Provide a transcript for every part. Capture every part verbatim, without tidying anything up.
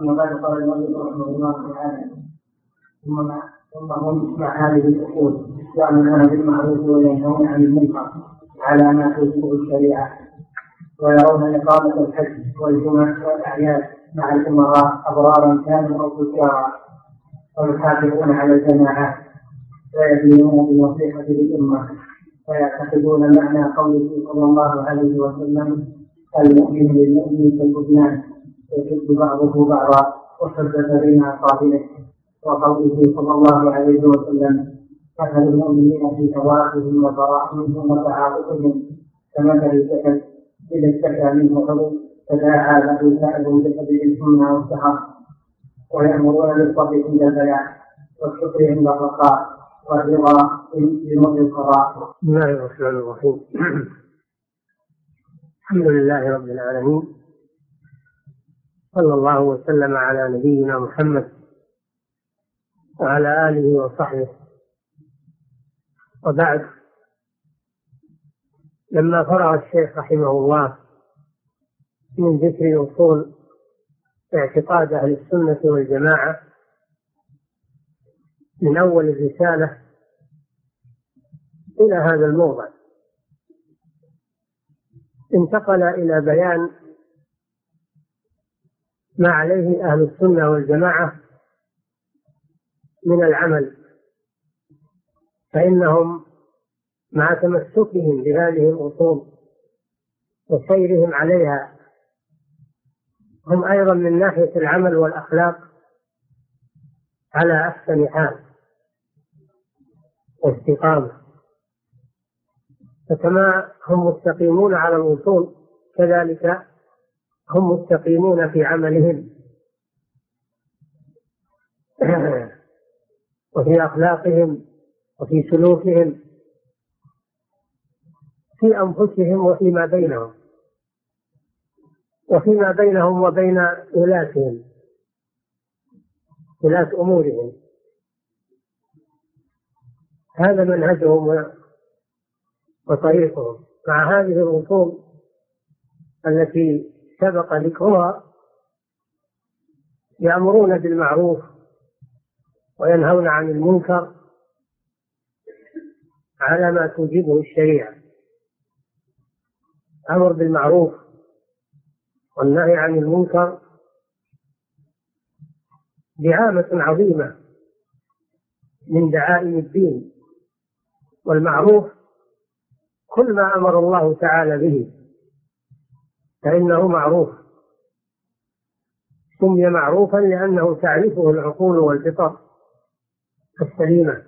أما بعد قال المؤلف رحمه الله تعالى ثم ثم هم مع هذه الأصول يأمرون بالمعروف وينهون عن المنكر على ما توجبه الشريعة، ويرون إقامة الحج والجمع والأعياد مع الأمراء أبرارا كانوا أو فجارا، ويحافظون على الجماعة ويدينون بالنصيحة للأمة، ويعتقدون معنى قوله صلى الله عليه وسلم: المؤمن للمؤمن كالبنيان يشد بعضه بعضا وشدد بين أصابعه، وقوله صلى الله عليه وسلم: مثل المؤمنين في تواصلهم وتراحمهم وتعاطفهم كمثل الجسد إذا اشتكى منه عضو تداعى له سائر الجسد بالحمى والسهر. ويأمرون بالصبر عند البلاء والشكر عند الرخاء والرضا بمر القضاء. بسم الله الرحمن الرحيم. الحمد لله رب العالمين، صلى الله وسلم على نبينا محمد وعلى آله وصحبه، وبعد. لما فرغ الشيخ رحمه الله من ذكر أصول اعتقاد أهل السنة والجماعة من أول الرسالة إلى هذا الموضع، انتقل إلى بيان ما عليه أهل السنة والجماعة من العمل، فإنهم مع تمسكهم بهذه الأصول وسيرهم عليها هم أيضا من ناحية العمل والأخلاق على أحسن حال واستقامة. فكما هم مستقيمون على الوصول كذلك هم مستقيمون في عملهم وفي أخلاقهم وفي سلوكهم في أنفسهم وفيما بينهم وفيما بينهم وبين ولاتهم ولاة أمورهم. هذا منهجهم وطريقهم مع هذه الأصول التي سبق ذكرها. يأمرون بالمعروف وينهون عن المنكر على ما توجبه الشريعة. أمر بالمعروف والنهي عن المنكر دعامة عظيمة من دعائم الدين، والمعروف كل ما أمر الله تعالى به فإنه معروف. سمي معروفا لأنه تعرفه العقول والفطر السليمة،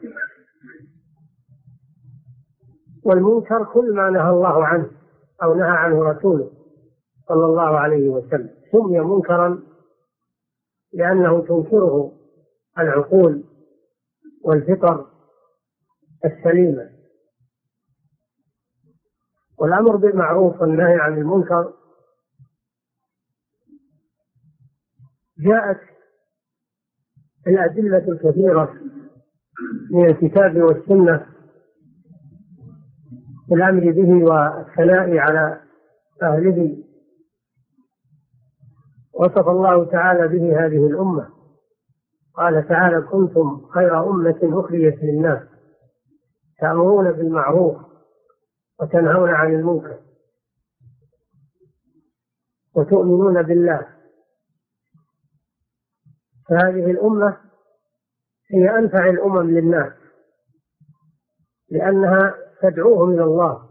والمنكر كل ما نهى الله عنه أو نهى عنه رسوله صلى الله عليه وسلم. سمي منكرا لأنه تنكره العقول والفطر السليمة. والأمر بالمعروف والنهي عن المنكر جاءت الأدلة الكثيرة من الكتاب والسنة في الأمر به والثناء على أهله. وصف الله تعالى به هذه الأمة، قال تعالى: كنتم خير أمة أخرجت للناس تأمرون بالمعروف وتنهون عن المنكر وتؤمنون بالله. فهذه الأمة هي أنفع الأمم للناس لأنها تدعوهم إلى الله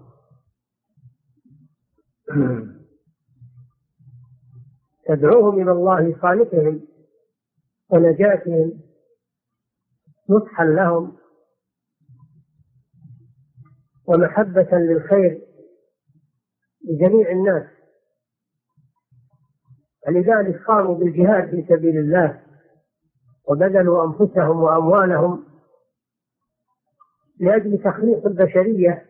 تدعوهم إلى الله خالقهم ونجاتهم، نصحا لهم ومحبة للخير لجميع الناس. ولذلك قاموا بالجهاد في سبيل الله وبذلوا أنفسهم وأموالهم لأجل تخليص البشرية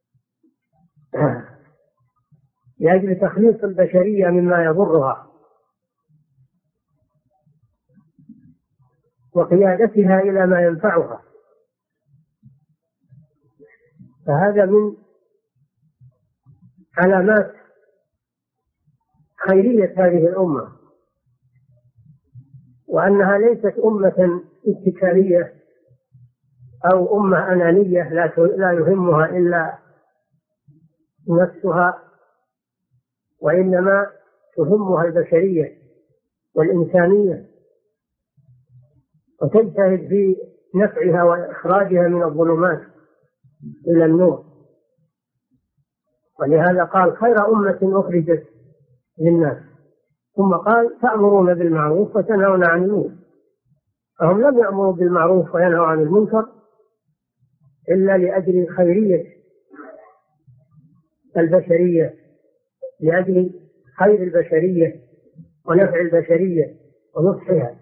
لأجل تخليص البشرية مما يضرها وقيادتها إلى ما ينفعها. فهذا من علامات خيرية هذه الأمة، وأنها ليست أمة اتكالية أو أمة أنانية لا يهمها إلا نفسها، وإنما تهمها البشرية والإنسانية، وتجتهد في نفعها وإخراجها من الظلمات إلى النور. ولهذا قال خير أمة أخرجت للناس، ثم قال تأمرون بالمعروف وتنهون عن المنكر. فهم لم يأمروا بالمعروف وينهوا عن المنكر إلا لأجل خيرية البشرية، لأجل خير البشرية ونفع البشرية ونصحها.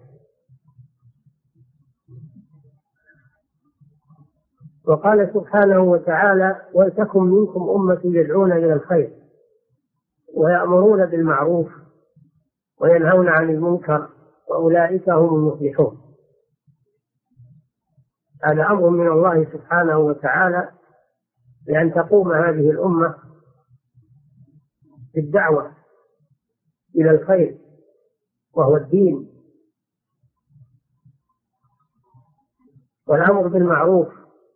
وقال سبحانه وتعالى ولتكن منكم أمة يدعون إلى الخير ويأمرون بالمعروف وينهون عن المنكر وأولئك هم المفلحون. هذا أمر من الله سبحانه وتعالى لأن تقوم هذه الأمة بالدعوة إلى الخير وهو الدين، والأمر بالمعروف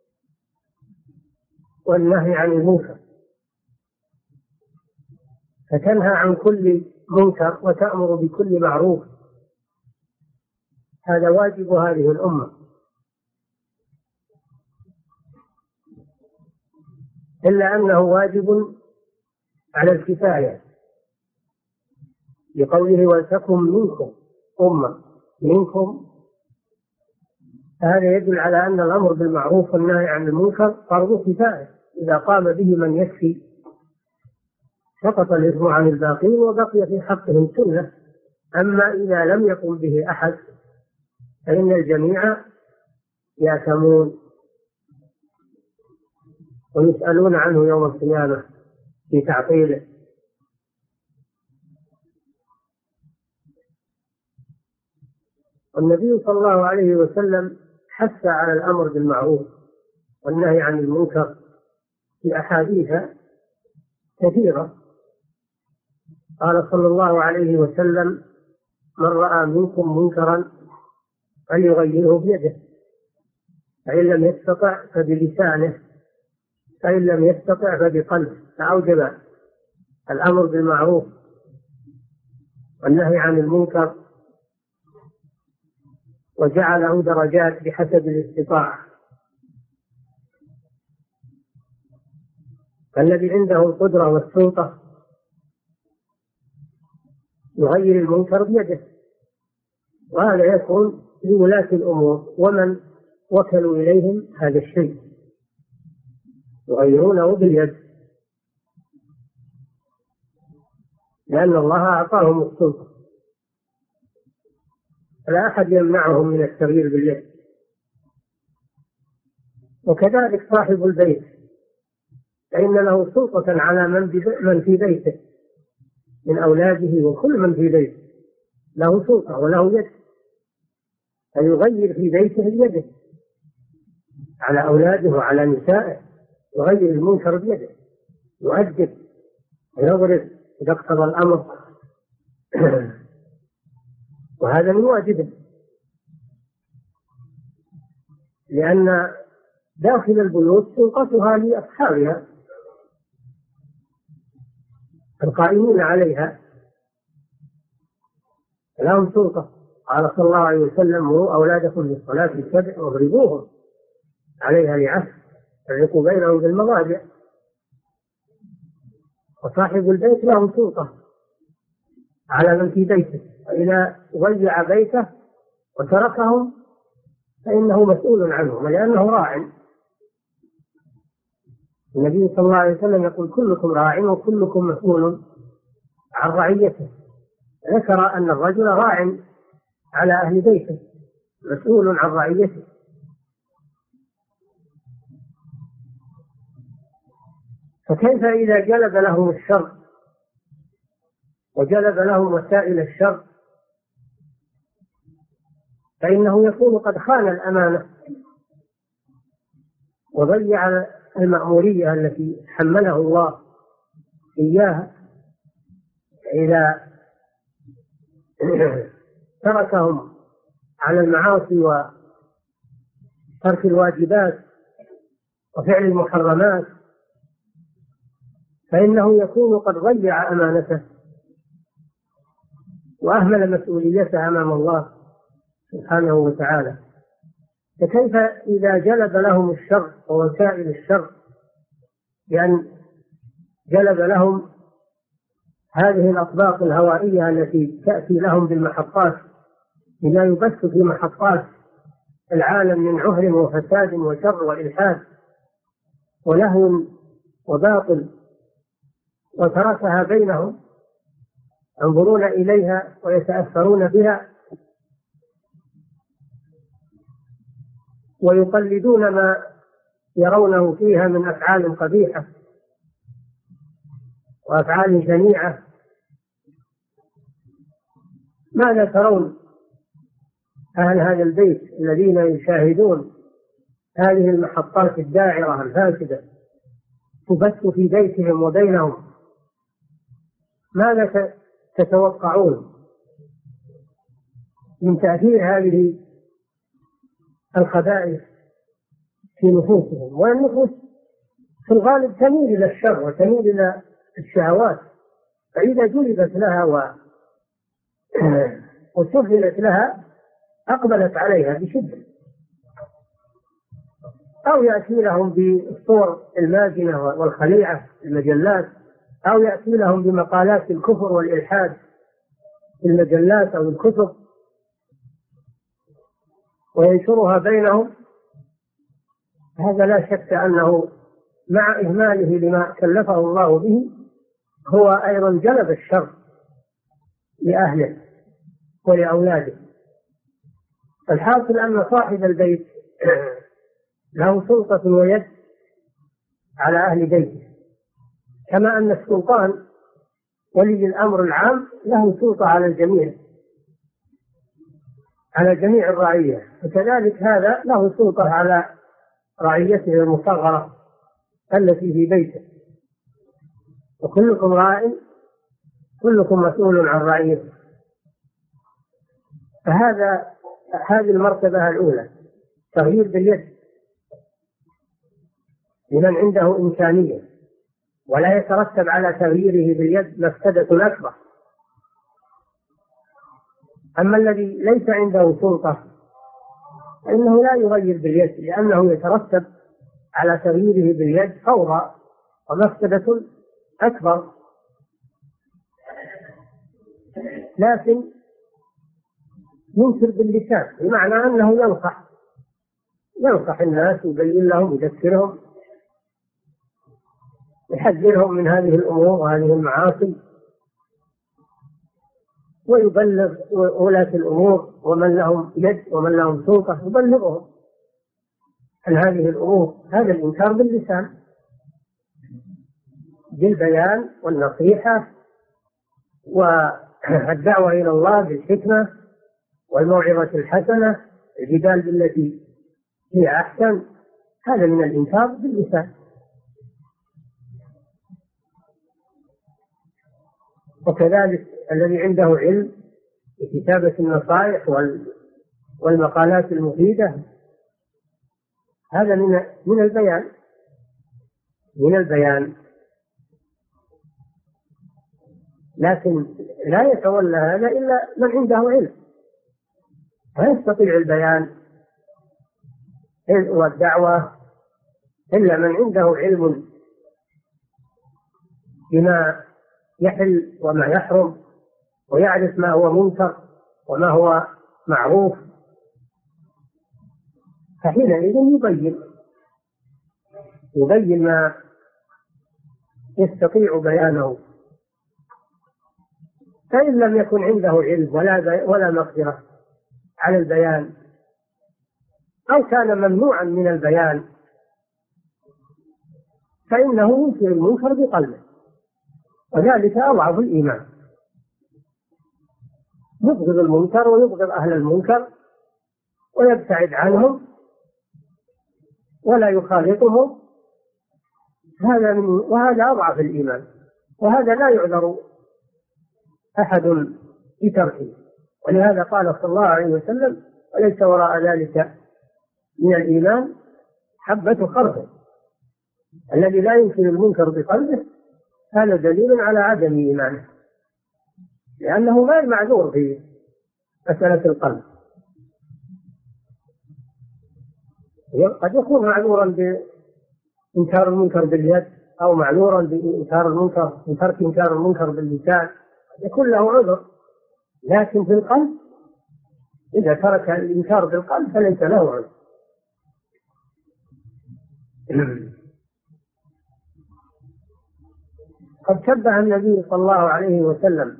والنهي عن المنكر، فتنهى عن كل منكر وتأمر بكل معروف. هذا واجب هذه الأمة، إلا أنه واجب على الكفاية لقوله ولتكن منكم أمة. منكم هذا يدل على أن الأمر بالمعروف والنهي عن المنكر فرض كفاية، إذا قام به من يكفي سقط الإثم عن الباقين وبقي في حقهم سنة. أما إذا لم يقم به أحد فإن الجميع يأثمون ويسألون عنه يوم القيامة في تعطيله. والنبي صلى الله عليه وسلم حث على الأمر بالمعروف والنهي عن المنكر في أحاديث كثيرة. قال صلى الله عليه وسلم من رأى منكم منكرا فليغيره بيده، فإن لم يستطع فبلسانه، فإن لم يستطع فبقلبه. فأوجب الأمر بالمعروف والنهي عن المنكر وجعله درجات بحسب الاستطاعة. فالذي عنده القدرة والسلطة يغير المنكر بيده، وهذا يكون لولاة الأمور ومن وكلوا إليهم هذا الشيء، يغيرونه باليد، لأن الله أعطاهم السلطة، فلا أحد يمنعهم من التغيير باليد. وكذلك صاحب البيت فإن له سلطة على من في بيته من أولاده، وكل من في بيته له سلطة وله يد، فيغير في بيته بيده على أولاده وعلى نسائه، يغير المنكر بيده، يؤدب ويضرب إذا اقتضى الأمر وهذا من واجبه، لأن داخل البيوت سلطتها لأصحابها القائمين عليها، لهم سلطة. قال صلى الله عليه وسلم مروا أولادكم للصلاة بالسبع واضربوهم عليها لعشر، فرقوا بينهم بالمضاجع. وصاحب البيت له سلطة على من في بيته، فإذا ضيع بيته وتركهم فإنه مسؤول عنهم لأنه راع. النبي صلى الله عليه وسلم يقول كلكم راع وكلكم مسؤول عن رعيته. ذكر أن الرجل راع على أهل بيته مسؤول عن رعيته. فكيف إذا جلب لهم الشر وجلب لهم وسائل الشر فإنه يكون قد خان الأمانة وضيع المأمورية التي حمله الله إياها. إذا تركهم على المعاصي وترك الواجبات وفعل المحرمات فإنه يكون قد ضيع أمانته وأهمل مسؤوليته أمام الله سبحانه وتعالى. فكيف إذا جلب لهم الشر ووسائل الشر بأن جلب لهم هذه الأطباق الهوائية التي تأتي لهم بالمحطات بما يبث في محطات العالم من عهر وفساد وشر وإلحاد ولهو وباطل وتركها بينهم ينظرون إليها ويتأثرون بها ويقلدون ما يرونه فيها من أفعال قبيحة وأفعال شنيعة. ماذا ترون أهل هذا البيت الذين يشاهدون هذه المحطات الداعرة الفاسدة تبث في بيتهم وبينهم؟ ماذا تتوقعون من تأثير هذه الخبائث في نفوسهم؟ والنفوس في الغالب تميل إلى الشر وتميل إلى الشهوات، فإذا جلبت لها و... وسهلت لها أقبلت عليها بشدة، أو يأتي لهم بالصور الماجنة والخليعة المجلات، أو يأتي لهم بمقالات الكفر والإلحاد في المجلات أو الكتب وينشرها بينهم. هذا لا شك أنه مع إهماله لما كلفه الله به هو أيضا جلب الشر لأهله ولأولاده. الحاصل أن صاحب البيت له سلطة ويد على أهل بيته، كما أن السلطان ولي الأمر العام له سلطة على الجميع على جميع الرعية، فكذلك هذا له سلطة على رعيته المصغرة التي في بيته. وكلكم راع كلكم مسؤول عن رعيته. فهذا هذه المرتبة الأولى، تغيير باليد لمن عنده إمكانية، ولا يترتب على تغييره باليد مفسدة أكبر. أما الذي ليس عنده سلطة فإنه لا يغير باليد، لأنه يترتب على تغييره باليد فوضى ومفسدة أكبر. لكن ينكر باللسان، بمعنى أنه ينصح ينصح الناس ويبين لهم ويذكرهم يحذرهم من هذه الأمور وهذه المعاصي، ويبلغ ولاة الأمور ومن لهم يد ومن لهم سلطة يبلغهم عن هذه الأمور. هذا الإنكار باللسان بالبيان والنصيحة والدعوة إلى الله بالحكمة والموعظة الحسنة، الجدال بالتي هي أحسن، هذا من الإنكار باللسان. وكذلك الذي عنده علم بكتابة النصائح والمقالات المفيدة، هذا من من البيان من البيان لكن لا يتولى هذا إلا من عنده علم، لا يستطيع البيان والدعوة إلا من عنده علم بما يحل وما يحرم، ويعرف ما هو منكر وما هو معروف، فحينئذ يبين يبين ما يستطيع بيانه. فإن لم يكن عنده علم ولا ولا مقدرة على البيان، أو كان ممنوعا من البيان، فإنه ينكر المنكر بقلبه، وذلك أضعف الإيمان. يبغض المنكر ويبغض أهل المنكر ويبتعد عنهم ولا يخالطهم، هذا من وهذا أضعف الإيمان، وهذا لا يعذر أحد بتركه. ولهذا قال صلى الله عليه وسلم: وليس وراء ذلك من الإيمان حبة خردل. الذي لا ينكر المنكر بقلبه هذا دليل على عدم إيمانه، لأنه غير معذور في مسألة القلب. قد يكون معذورا بإنكار المنكر باليد، أو معذورا بإنكار المنكر بترك إنكار المنكر باللسان، يكون له عذر. لكن في القلب إذا ترك الإنكار بالقلب فليس له عذر. قد شبه النبي صلى الله عليه وسلم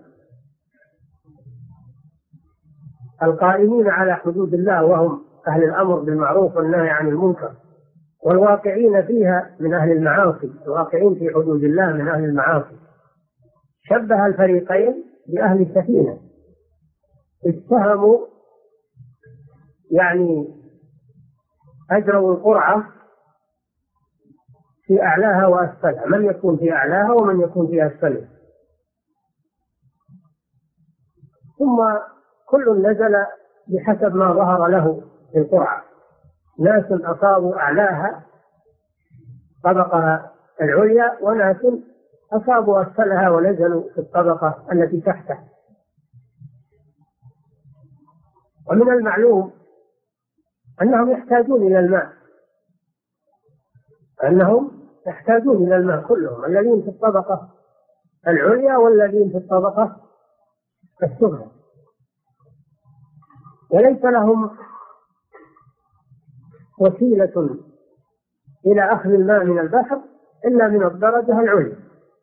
القائمين على حدود الله وهم أهل الأمر بالمعروف والنهي عن المنكر والواقعين فيها من أهل المعاصي، الواقعين في حدود الله من أهل المعاصي، شبه الفريقين بأهل السفينة. اتهموا يعني أجروا القرعة في أعلاها وأسفلها، من يكون في أعلاها ومن يكون في أسفلها، ثم كل نزل بحسب ما ظهر له في القرعة. ناس أصابوا أعلاها طبقة العليا، وناس أصابوا أسفلها ونزلوا في الطبقة التي تحتها. ومن المعلوم أنهم يحتاجون إلى الماء، أنهم يحتاجون إلى الماء كلهم، الذين في الطبقة العليا والذين في الطبقة السفلى، وليس لهم وسيلة إلى أخذ الماء من البحر إلا من الدرجة العليا،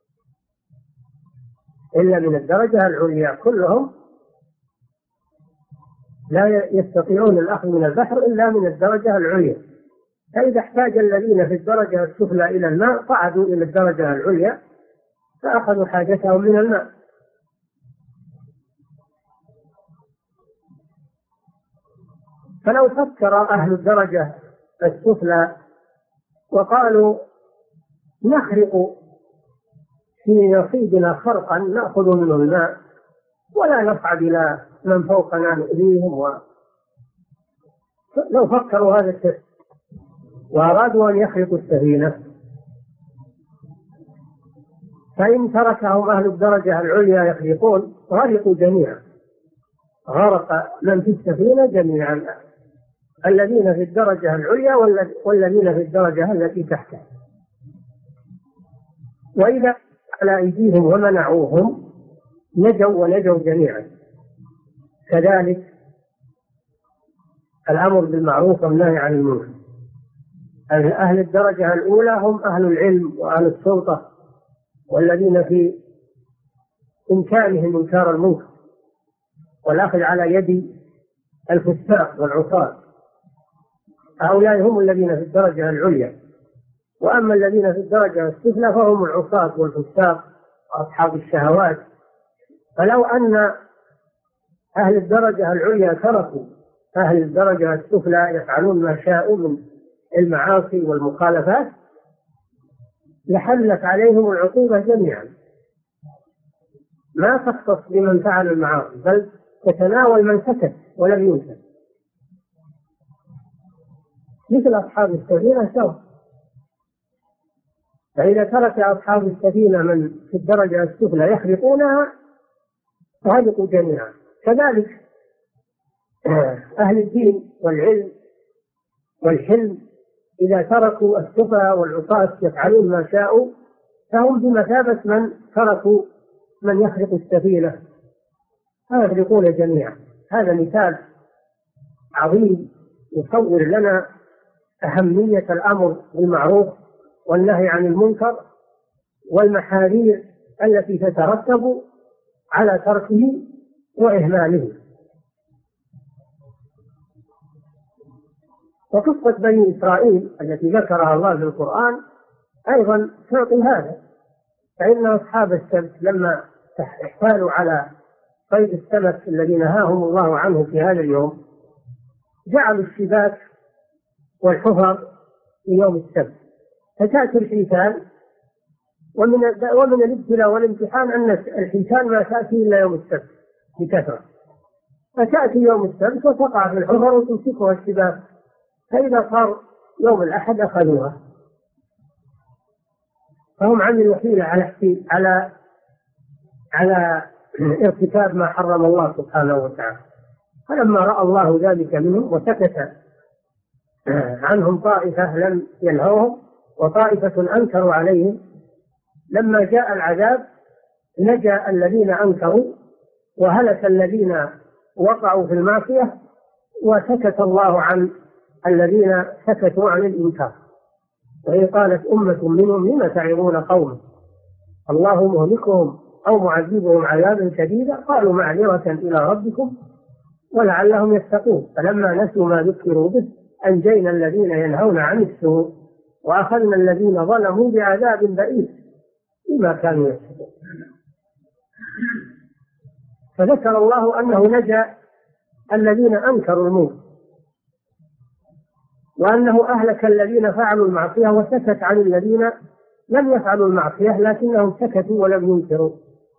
إلا من الدرجة العليا. كلهم لا يستطيعون الأخذ من البحر إلا من الدرجة العليا. فإذا احتاج الذين في الدرجة السفلى إلى الماء صعدوا إلى الدرجة العليا فأخذوا حاجتهم من الماء. فلو فكر أهل الدرجة السفلى وقالوا نخرق في نصيبنا خرقا نأخذ منه الماء ولا نصعد إلى من فوقنا نؤذيهم، و... لو فكروا هذا التفكير وأرادوا أن يخرقوا السفينة، فإن تركهم أهل الدرجة العليا يخرقون غرقوا جميعا، غرق من في السفينة جميعا، الذين في الدرجة العليا والذين في الدرجة التي تحتها. وإذا على أيديهم ومنعوهم نجوا ونجوا جميعا. كذلك الأمر بالمعروف والنهي عن المنكر. أهل الدرجة الأولى هم أهل العلم وأهل السلطة والذين في إمكانهم إنكار المنكر والأخذ على يد الفساق والعصاة، هؤلاء هم الذين في الدرجة العليا. وأما الذين في الدرجة السفلى فهم العصاة والفساق وأصحاب الشهوات. فلو أن أهل الدرجة العليا تركوا أهل الدرجة السفلى يفعلون ما شاءوا من المعاصي والمخالفات لحلت عليهم العقوبة جميعا، ما تختص بمن فعل المعاصي بل تتناول من سكت ولم ينسى، مثل أصحاب السفينة سوا. فإذا ترك أصحاب السفينة من في الدرجة السفلى يخرقونها فهلكوا جميعا. كذلك أهل الدين والعلم والحلم إذا تركوا السفهاء والعصاة يفعلون ما شاءوا فهم بمثابة من تركوا من يخرق السفينة فيغرقون جميعا. هذا مثال عظيم يصور لنا أهمية الأمر بالمعروف والنهي عن المنكر والمحاذير التي تترتب على تركه وإهماله. وقصة بني إسرائيل التي ذكرها الله في القرآن أيضا تعطي هذا. فإن أصحاب السبت لما احتالوا على صيد السمك الذي نهاهم الله عنه في هذا اليوم جعلوا الشباك والحفر في يوم السبت، فتأتي الحيتان. ومن ومن الابتلاء والامتحان أن الحيتان ما تأتي إلا يوم السبت بكثرة، فتأتي يوم السبت وتقع في الحفر وتمسكها الشباب، فإذا صار يوم الأحد أخذوها. فهم عملوا حيلة على على على ارتكاب ما حرم الله سبحانه وتعالى. فلما رأى الله ذلك منهم وسكت عنهم طائفة لم ينهوهم وطائفة أنكروا عليهم، لما جاء العذاب نجا الذين أنكروا وهلك الذين وقعوا في المعصية، وسكت الله عن الذين سكتوا عن الإنكار. وإن قالت أمة منهم لم تعظون قوما الله مهلكهم أو معذبهم عذابا شديدا قالوا معذرة إلى ربكم ولعلهم يتقون. فلما نسوا ما ذكروا به أنجينا الذين ينهون عن السوء وأخذنا الذين ظلموا بعذاب بئيس بما كانوا يكسبون. فذكر الله أنه نجا الذين أنكروا المنكر، وأنه أهلك الذين فعلوا المعصية وسكت عن الذين لم يفعلوا المعصية لكنهم سكتوا ولم ينكروا.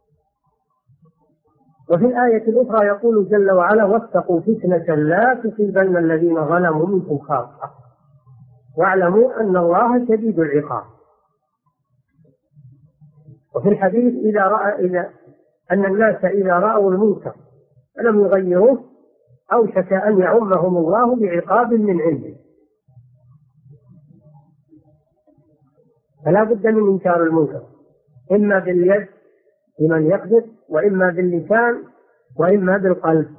وفي الآية الأخرى يقول جل وعلا واتقوا فتنة لا تصيبن الذين ظلموا منكم خاصة واعلموا أن الله شديد العقاب. وفي الحديث إذا رأى إذا أن الناس إذا رأوا المنكر فلم يغيروه أوشك أن يعمهم الله بعقاب من عنده. فلا بد من إنكار المنكر، إما باليد لمن يقدر، وإما باللسان، وإما بالقلب،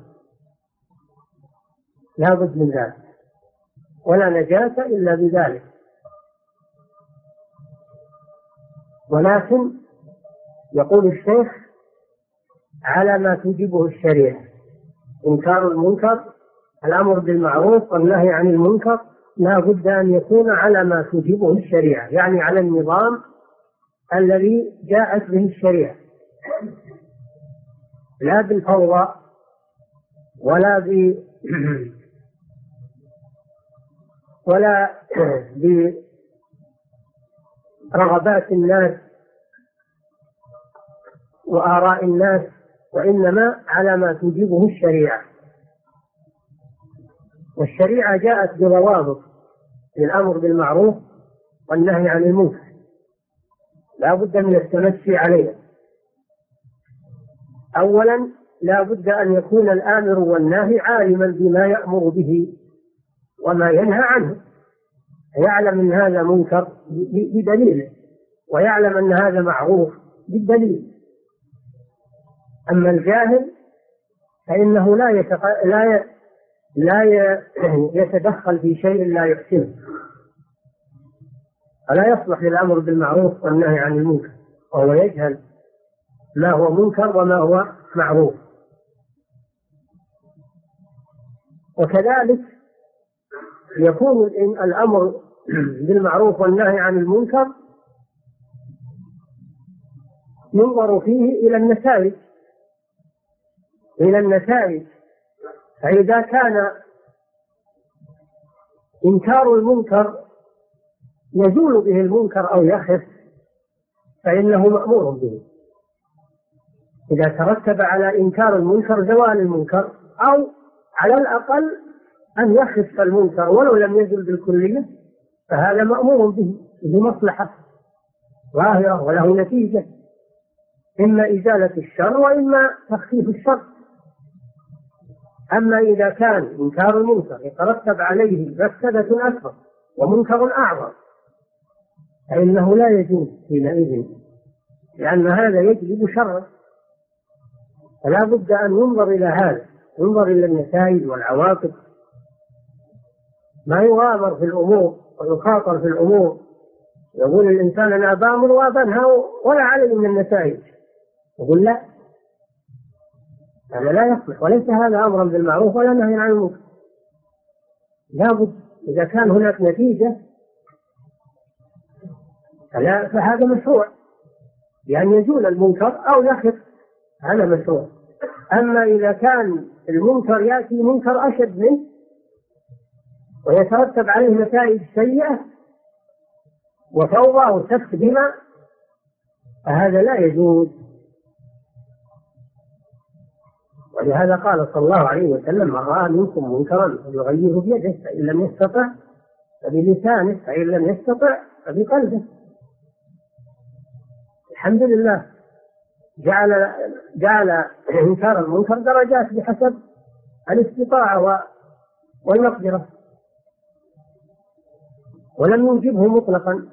لا بد من ذلك، ولا نجاة إلا بذلك. ولكن يقول الشيخ على ما توجبه الشريعة، إنكار المنكر، الأمر بالمعروف والنهي عن المنكر لا بد أن يكون على ما توجبه الشريعة، يعني على النظام الذي جاءت به الشريعة، لا بالفوضى ولا ب ولا برغبات الناس وآراء الناس، وإنما على ما توجبه الشريعة. والشريعة جاءت بضوابط للأمر بالمعروف والنهي عن المنكر، لا بد من التمشي عليها. أولا لا بد أن يكون الآمر والناهي عالما بما يأمر به وما ينهى عنه، يعلم أن هذا منكر بدليله، ويعلم أن هذا معروف بالدليل. أما الجاهل فإنه لا يتق... لا ي... لا ي... يتدخل في شيء لا يحسنه، فلا يصلح للأمر بالمعروف والنهي عن المنكر، وهو يجهل ما هو منكر وما هو معروف. وكذلك يكون الأمر بالمعروف والنهي عن المنكر ينظر فيه إلى النتائج إلى النتائج فإذا كان إنكار المنكر يزول به المنكر أو يخف فإنه مأمور به. إذا ترتب على إنكار المنكر زوال المنكر، أو على الأقل أن يخف المنكر ولو لم يزل بالكلية، فهذا مأمور به بمصلحة ظاهرة وله نتيجة، إما إزالة الشر وإما تخفيف الشر. أما إذا كان إنكار المنكر يترتب عليه مفسدة أكبر ومنكر أعظم فإنه لا يجوز حينئذ، لأن هذا يجلب شرا. فلا بد أن ينظر إلى هذا، ينظر إلى النتائج والعواقب، ما يغامر في الأمور ويخاطر في الأمور، يقول الإنسان أنا بامر وأبنها ولا علم من النتائج، يقول لا، هذا لا يصلح، وليس هذا أمرا بالمعروف ولا نهي عن المنكر. لا بد إذا كان هناك نتيجة فلا فهذا مشروع، يعني يزول المنكر أو يخف، هذا مشروع. أما إذا كان المنكر يأتي منكر أشد منه ويترتب عليه نتائج سيئة وفوضى وسفك دماء فهذا لا يجوز. ولهذا قال صلى الله عليه وسلم: من رأى منكم منكرا فليغيره بيده، فإن لم يستطع فبلسانه، فإن لم يستطع فبقلبه. الحمد لله جعل جعل إنكار المنكر درجات بحسب الاستطاعة والمقدرة، ولم يوجبه مطلقا.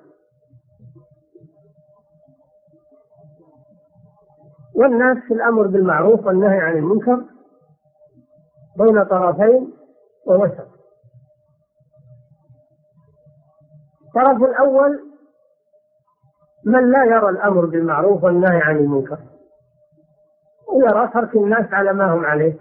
والناس في الأمر بالمعروف والنهي عن المنكر بين طرفين ووسط. الطرف الأول من لا يرى الأمر بالمعروف والنهي عن المنكر، ويرى ترك الناس على ما هم عليه،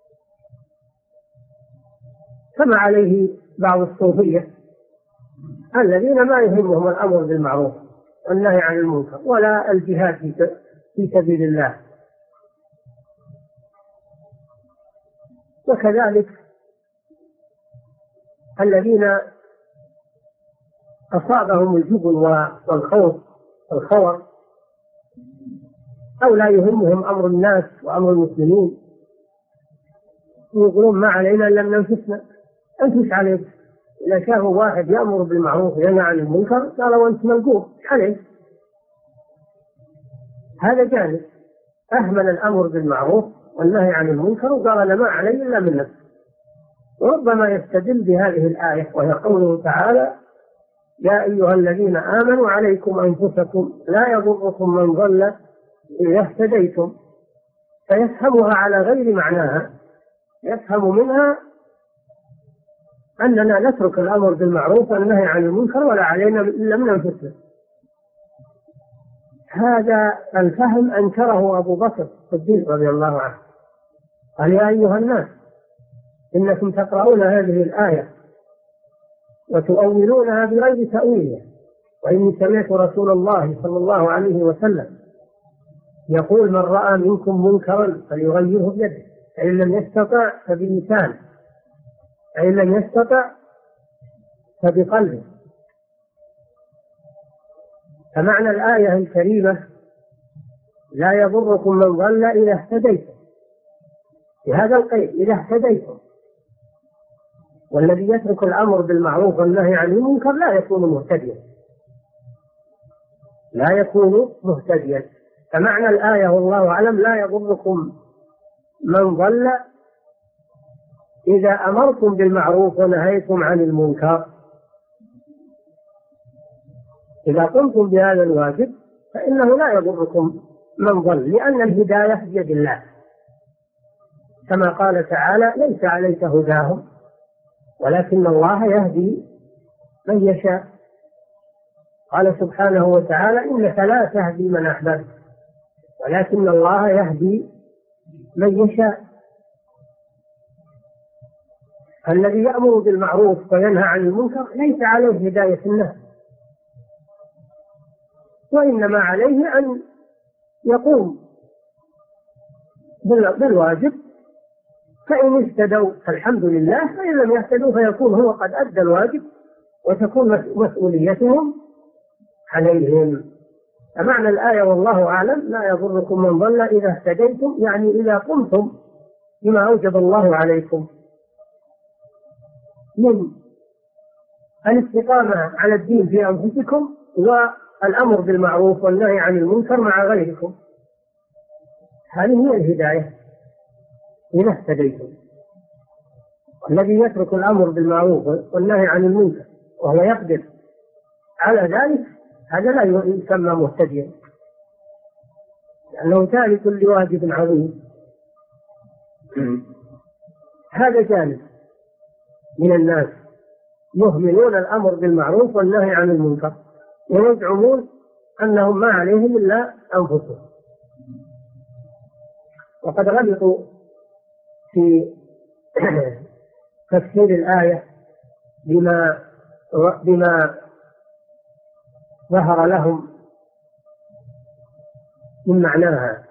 كما عليه بعض الصوفية الذين ما يهمهم الأمر بالمعروف والنهي عن المنكر ولا الجهاد في سبيل الله. وكذلك الذين أصابهم الجبن والخوف والخور، أو لا يهمهم أمر الناس وأمر المسلمين، يقولون ما علينا إلا من أنفسنا. أنت إيش عليك؟ إذا شافوا واحد يأمر بالمعروف وينهى عن المنكر قالوا أنت ملقوف، إيش عليك؟ هذا جانب أهمل الأمر بالمعروف والنهي عن المنكر وقال أنا ما علي إلا من نفسي. وربما يستدل بهذه الآية وهي قوله تعالى: يا أيها الذين آمنوا عليكم أنفسكم لا يضركم من ضل إذا اهتديتم، فيفهمها على غير معناها، يفهم منها أننا نترك الأمر بالمعروف والنهي عن المنكر ولا علينا إلا من أنفسنا. هذا الفهم أنكره أبو بكر الصديق رضي الله عنه، قال: يا أيها الناس إنكم تقرؤون هذه الآية وتؤولونها بغير تأويلها، وإني سمعت رسول الله صلى الله عليه وسلم يقول: من رأى منكم منكرا فليغيره بيده، فإن لم يستطع فبلسانه، فإن لم يستطع فبقلبه. فمعنى الآية الكريمة: لا يضركم من ضل إذا اهتديتم، بهذا القيد إذا اهتديتم. والذي يترك الأمر بالمعروف والنهي عن المنكر لا يكون مهتديا، لا يكون مهتديا. فمعنى الآية والله أعلم: لا يضركم من ضل إذا أمرتم بالمعروف ونهيتم عن المنكر. إذا قمتم بهذا الواجب فإنه لا يضركم من ضل، لأن الهداية بيد الله، كما قال تعالى: ليس عليك هداهم ولكن الله يهدي من يشاء. قال سبحانه وتعالى: إنك لا تهدي من أحببت ولكن الله يهدي من يشاء. الذي يأمر بالمعروف وينهى عن المنكر ليس عليه هداية الناس، وإنما عليه أن يقوم بالواجب، فإن اهتدوا فالحمد لله، فإن لم يهتدوا فيكون هو قد أدى الواجب وتكون مسؤوليتهم عليهم. فمعنى الآية والله أعلم: لا يضركم من ضل إذا اهتديتم، يعني إذا قمتم بما أوجب الله عليكم من الاستقامة على الدين في أنفسكم والأمر بالمعروف والنهي عن المنكر مع غيركم. هذه هي الهداية إذا اهتديتم. الذي يترك الأمر بالمعروف والنهي عن المنكر وهو يقدر على ذلك هذا لا يسمى مهتديا، لأنه تارك لواجب عظيم. هذا جانب من الناس يهملون الأمر بالمعروف والنهي عن المنكر ويزعمون أنهم ما عليهم إلا أنفسهم، وقد غلطوا في تفسير الآية بما بما ظهر لهم من معناها.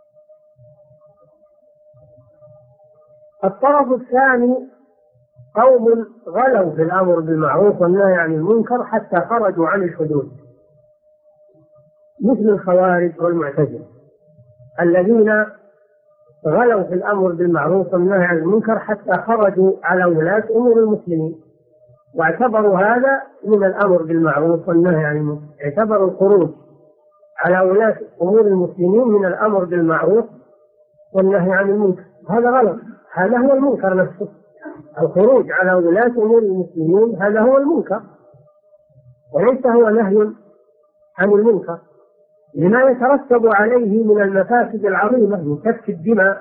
الطرف الثاني قوم غلوا في الأمر بالمعروف والنهي عن المنكر حتى خرجوا عن الحدود، مثل الخوارج والمعتزلة الذين غلوا في الأمر بالمعروف والنهي عن المنكر حتى خرجوا على ولاة أمور المسلمين، واعتبروا هذا من الأمر بالمعروف والنهي عن المنكر، اعتبروا الخروج على ولاة أمور المسلمين من الأمر بالمعروف والنهي عن المنكر. هذا غلط، هذا هو المنكر نفسه. الخروج على ولاة أمور المسلمين هذا هو المنكر، وليس هو نهي عن المنكر، لما يترتب عليه من المفاسد العظيمة من سفك الدماء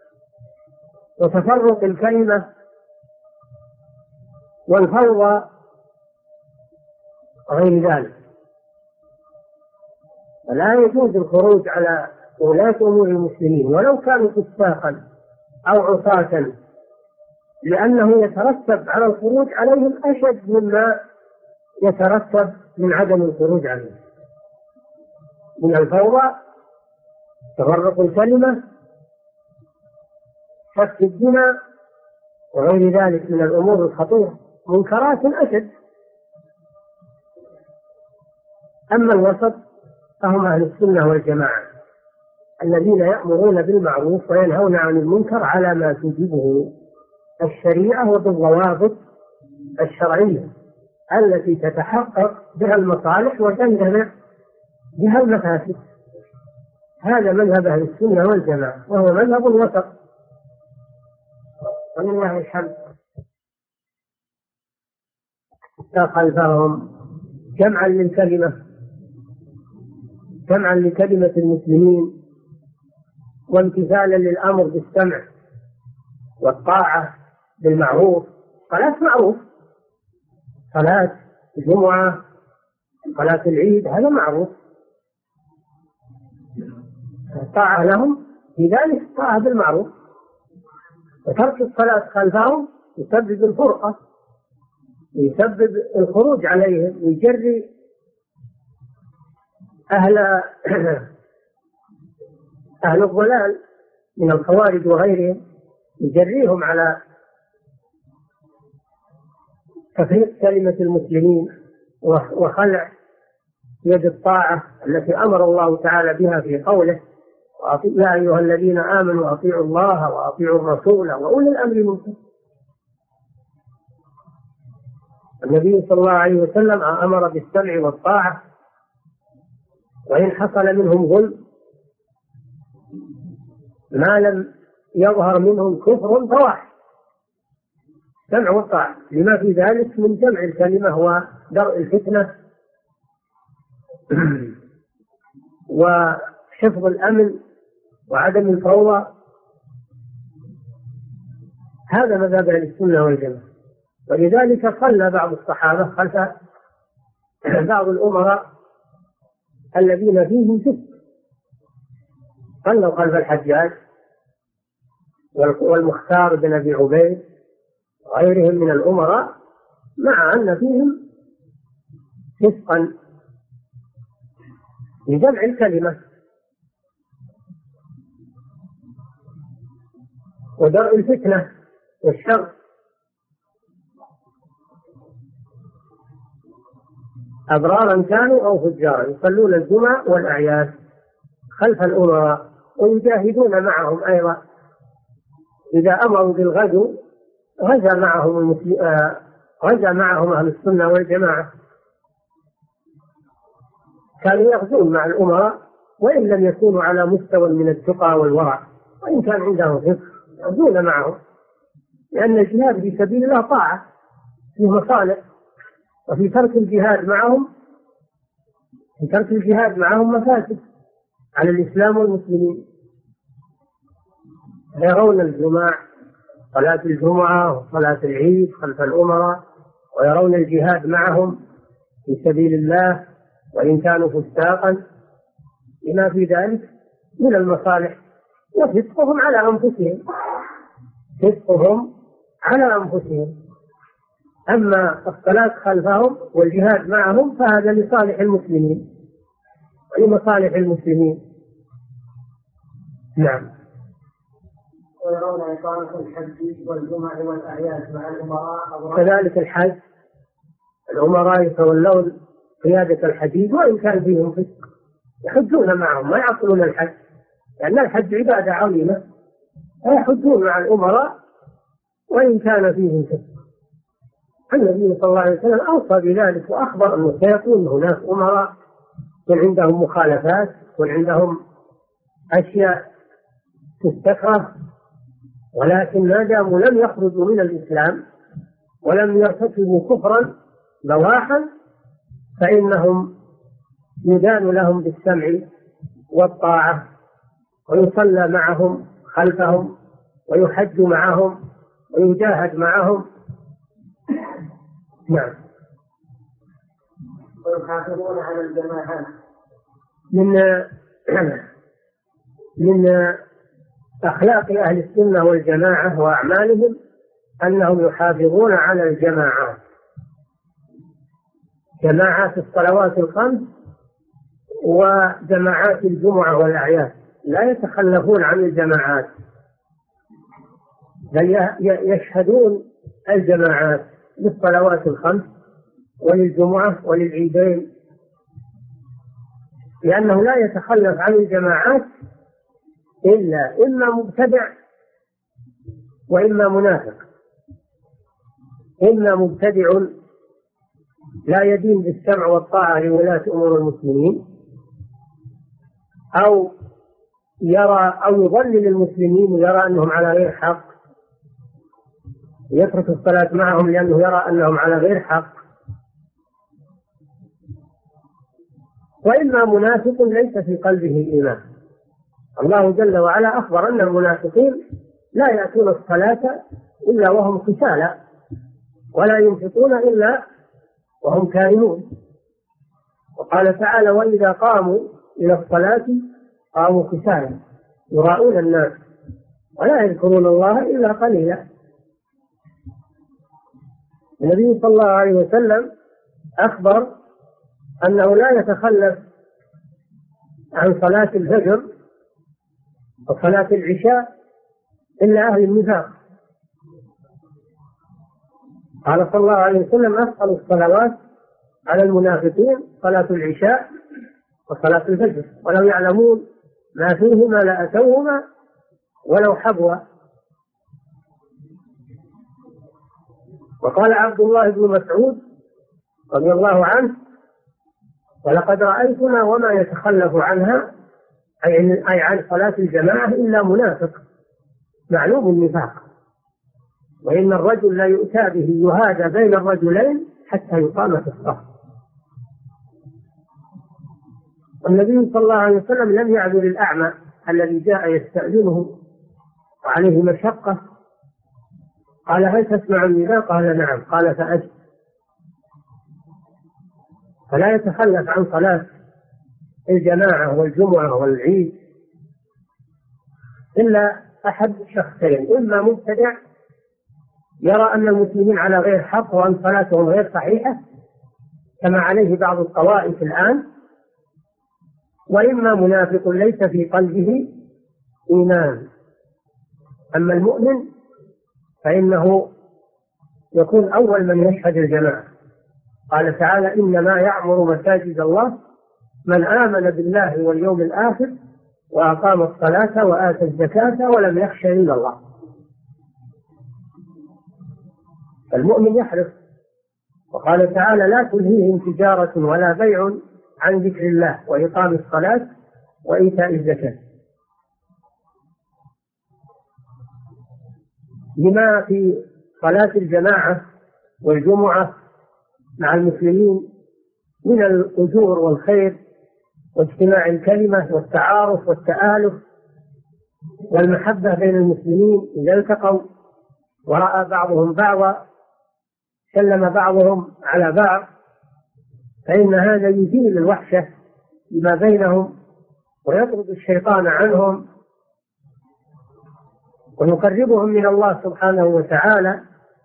وتفرق الكلمة والفوضى وغير ذلك. فلا يجوز الخروج على ولاة أمور المسلمين ولو كانوا فساقا أو عصاة، لأنه يترتب على الخروج عليهم أشد مما يترتب من عدم الخروج عليهم، من الفوضى، تفرق الكلمة، سفك الدماء وغير ذلك من الأمور الخطيرة، منكرات أشد. أما الوسط فهم أهل السنة والجماعة الذين يأمرون بالمعروف وينهون عن المنكر على ما توجبه الشريعة وبالضوابط الشرعية التي تتحقق بها المصالح وتندفع بها المفاسد. هذا مذهب أهل السنة والجماعة، وهو مذهب الوسط، ولله الحمد. خلفهم جمعا للكلمة، جمعا لكلمة المسلمين، وامتثالا للأمر بالسمع والطاعة بالمعروف. صلاة معروف، صلاة الجمعة، صلاة العيد، هذا معروف، الطاعة لهم في ذلك الطاعة بالمعروف. وترك الصلاة خلفهم يسبب الفرقة، يسبب الخروج عليهم، ويجري أهل أهل الضلال من الخوارج وغيرهم، يجريهم على تفريق كلمة المسلمين وخلع يد الطاعة التي أمر الله تعالى بها في قوله: يا أيها الذين آمنوا أطيعوا الله وأطيعوا الرسول وأولي الأمر منكم. النبي صلى الله عليه وسلم أمر بالسمع والطاعة، وإن حصل منهم ظلم ما لم يظهر منهم كفر فواحد، سمع والطاعة، لما في ذلك من جمع الكلمة ودرء الفتنة وحفظ الأمن وعدم الفوضى. هذا مذهب أهل السنة والجماعة. ولذلك صلى بعض الصحابة خلف بعض الأمراء الذين فيهم فسق، صلوا خلف الحجاج والمختار بن أبي عبيد وغيرهم من الأمراء، مع أن فيهم فسقا لجمع الكلمة ودرء الفتنة والشر. أبرارا كانوا أو فجارا يصلون الجمعة والأعياد خلف الأمراء ويجاهدون معهم أيضا. إذا أمروا بالغزو غزا معهم المسلم... آه... غزا معهم أهل السنة والجماعة، كانوا يغزون مع الأمراء وإن لم يكونوا على مستوى من التقى والورع، وإن كان عندهم فقه يغزون معهم، لأن الجهاد في سبيل الله طاعة في مصالح، وفي ترك الجهاد معهم في ترك الجهاد معهم مفاسد على الإسلام والمسلمين. يرون الجماع، صلاة الجمعة وصلاة العيد خلف الأمراء، ويرون الجهاد معهم في سبيل الله وإن كانوا فساقا، لما في ذلك من المصالح، وفسقهم على أنفسهم، فسقهم على أنفسهم. أما الصلاة خلفهم والجهاد معهم فهذا لصالح المسلمين ولمصالح المسلمين. نعم. ويرون إقامة الحج والجمع والأعياد مع الأمراء. كذلك الحج، الأمراء يتولون قيادة الحديد وإن كان فيهم فسق، يحجون معهم ما يعطلون الحج، لأن الحج عبادة عظيمة فيحجون مع الأمراء وإن كان فيهم فسق. النبي صلى الله عليه وسلم أوصى بذلك وأخبر أنه سيكون هناك أمراء يكون عندهم مخالفات، يكون عندهم أشياء تستكره، ولكن ما داموا لم يخرجوا من الإسلام ولم يرتكبوا كفرا بواحا فإنهم يدان لهم بالسمع والطاعة، ويصلى معهم خلفهم، ويحج معهم، ويجاهد معهم. نعم. ويحافظون على الجماعات. من من أخلاق أهل السنة والجماعة وأعمالهم أنهم يحافظون على الجماعات، جماعات الصلوات الخمس وجماعات الجمعة والأعياد، لا يتخلفون عن الجماعات، بل يشهدون الجماعات للصلوات الخمس وللجمعة وللعيدين، لأنه لا يتخلف عن الجماعات إلا إما مبتدع وإما منافق. إما مبتدع لا يدين بالسمع والطاعة لولاة أمور المسلمين، أو يرى أو يضلل المسلمين ويرى أنهم على غير حق، يترك الصلاة معهم لأنه يرى أنهم على غير حق. وإما منافق ليس في قلبه الإيمان. الله جل وعلا أخبر أن المنافقين لا يأتون الصلاة إلا وهم كسالى، ولا ينفقون إلا وهم كارهون. وقال تعالى: وإذا قاموا إلى الصلاة قاموا كسالى يراءون الناس ولا يذكرون الله إلا قليلا. النبي صلى الله عليه وسلم أخبر أنه لا يتخلف عن صلاة الفجر وصلاة العشاء إلا أهل النفاق. قال صلى الله عليه وسلم: أثقل الصلوات على المنافقين صلاة العشاء وصلاة الفجر، ولو يعلمون ما فيهما لأتوهما ولو حبوا. وقال عبد الله بن مسعود رضي الله عنه: ولقد رأيتنا وما يتخلف عنها، أي عن صلاة الجماعة، إلا منافق معلوم النفاق، وإن الرجل لا يؤتى به يهادى بين الرجلين حتى يقام في الصف. والنبي صلى الله عليه وسلم لم يعذر الأعمى الذي جاء يستأذنه وعليه مشقة، قال: هل تسمع النداء؟ قال: نعم. قال: فأجب. فلا يتخلف عن صلاة الجماعة والجمعة والعيد إلا أحد شخصين: إما مبتدع يرى أن المسلمين على غير حق وأن صلاتهم غير صحيحة كما عليه بعض الطوائف الآن، وإما منافق ليس في قلبه إيمان. أما المؤمن فإنه يكون أول من يشهد الجماعة. قال تعالى: إنما يعمر مساجد الله من آمن بالله واليوم الآخر وأقام الصلاة وآتى الزكاة ولم يخش إلا الله. المؤمن يحرص. وقال تعالى: لا تلهيهم تجارة ولا بيع عن ذكر الله وإقام الصلاة وإيتاء الزكاة. لما في صلاة الجماعة والجمعة مع المسلمين من الأجور والخير واجتماع الكلمة والتعارف والتآلف والمحبة بين المسلمين إذا التقوا ورأى بعضهم بعضا سلم بعضهم على بعض، فإن هذا يزيل الوحشة فيما بينهم ويطرد الشيطان عنهم ويقربهم من الله سبحانه وتعالى.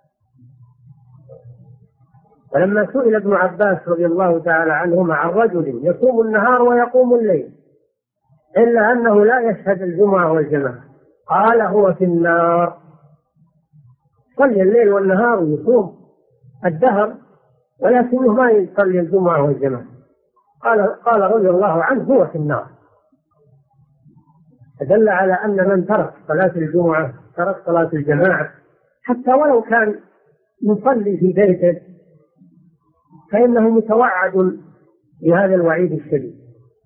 ولما سئل ابن عباس رضي الله تعالى عنهما عن رجل يصوم النهار ويقوم الليل إلا أنه لا يشهد الجمعة والجماعة، قال: هو في النار. صلي الليل والنهار ويصوم الدهر ولكنه ما يصلي الجمعة والجماعة، قال قال رضي الله عنه: هو في النار. فدل على أن من ترك صلاة الجمعة ترك صلاة الجماعة حتى ولو كان يصلي في بيته فإنه متوعد بهذا الوعيد الشديد.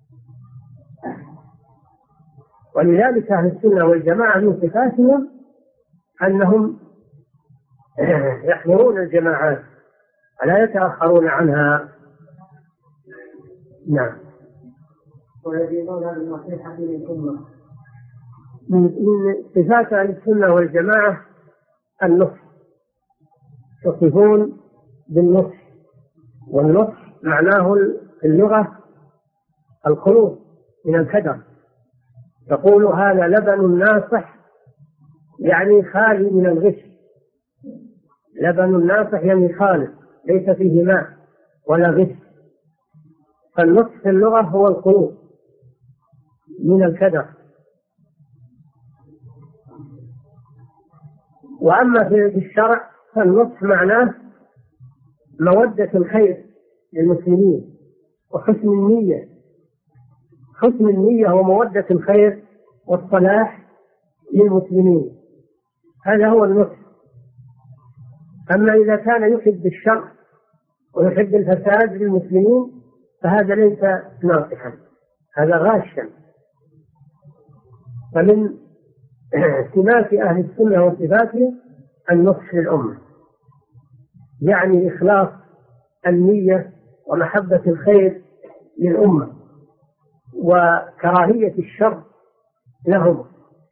ولذلك أهل السنة والجماعة من صفاتهم أنهم يحضرون الجماعات ولا يتأخرون عنها. نعم. ويزيدون بالنصيحة للأمة. من صفات أهل السنة والجماعة النصح، يصفون بالنصح، والنصح معناه في اللغة الخلوص من الكدر. تقول هذا لبن ناصح يعني خالي من الغش، لبن ناصح يعني خالص ليس فيه ماء ولا غش. فالنصح في اللغة هو الخلوص من الكدر. وأما في الشرع فالنصح معناه مودة الخير للمسلمين وحسن النية. حسن النية ومودة الخير والصلاح للمسلمين، هذا هو النصح. أما إذا كان يحب الشر ويحب الفساد للمسلمين فهذا ليس ناصحا، هذا غاشا. فمن سمات أهل السنة وصفاتهم النصح للأمة، يعني إخلاص النية ومحبة الخير للأمة وكراهية الشر لهم.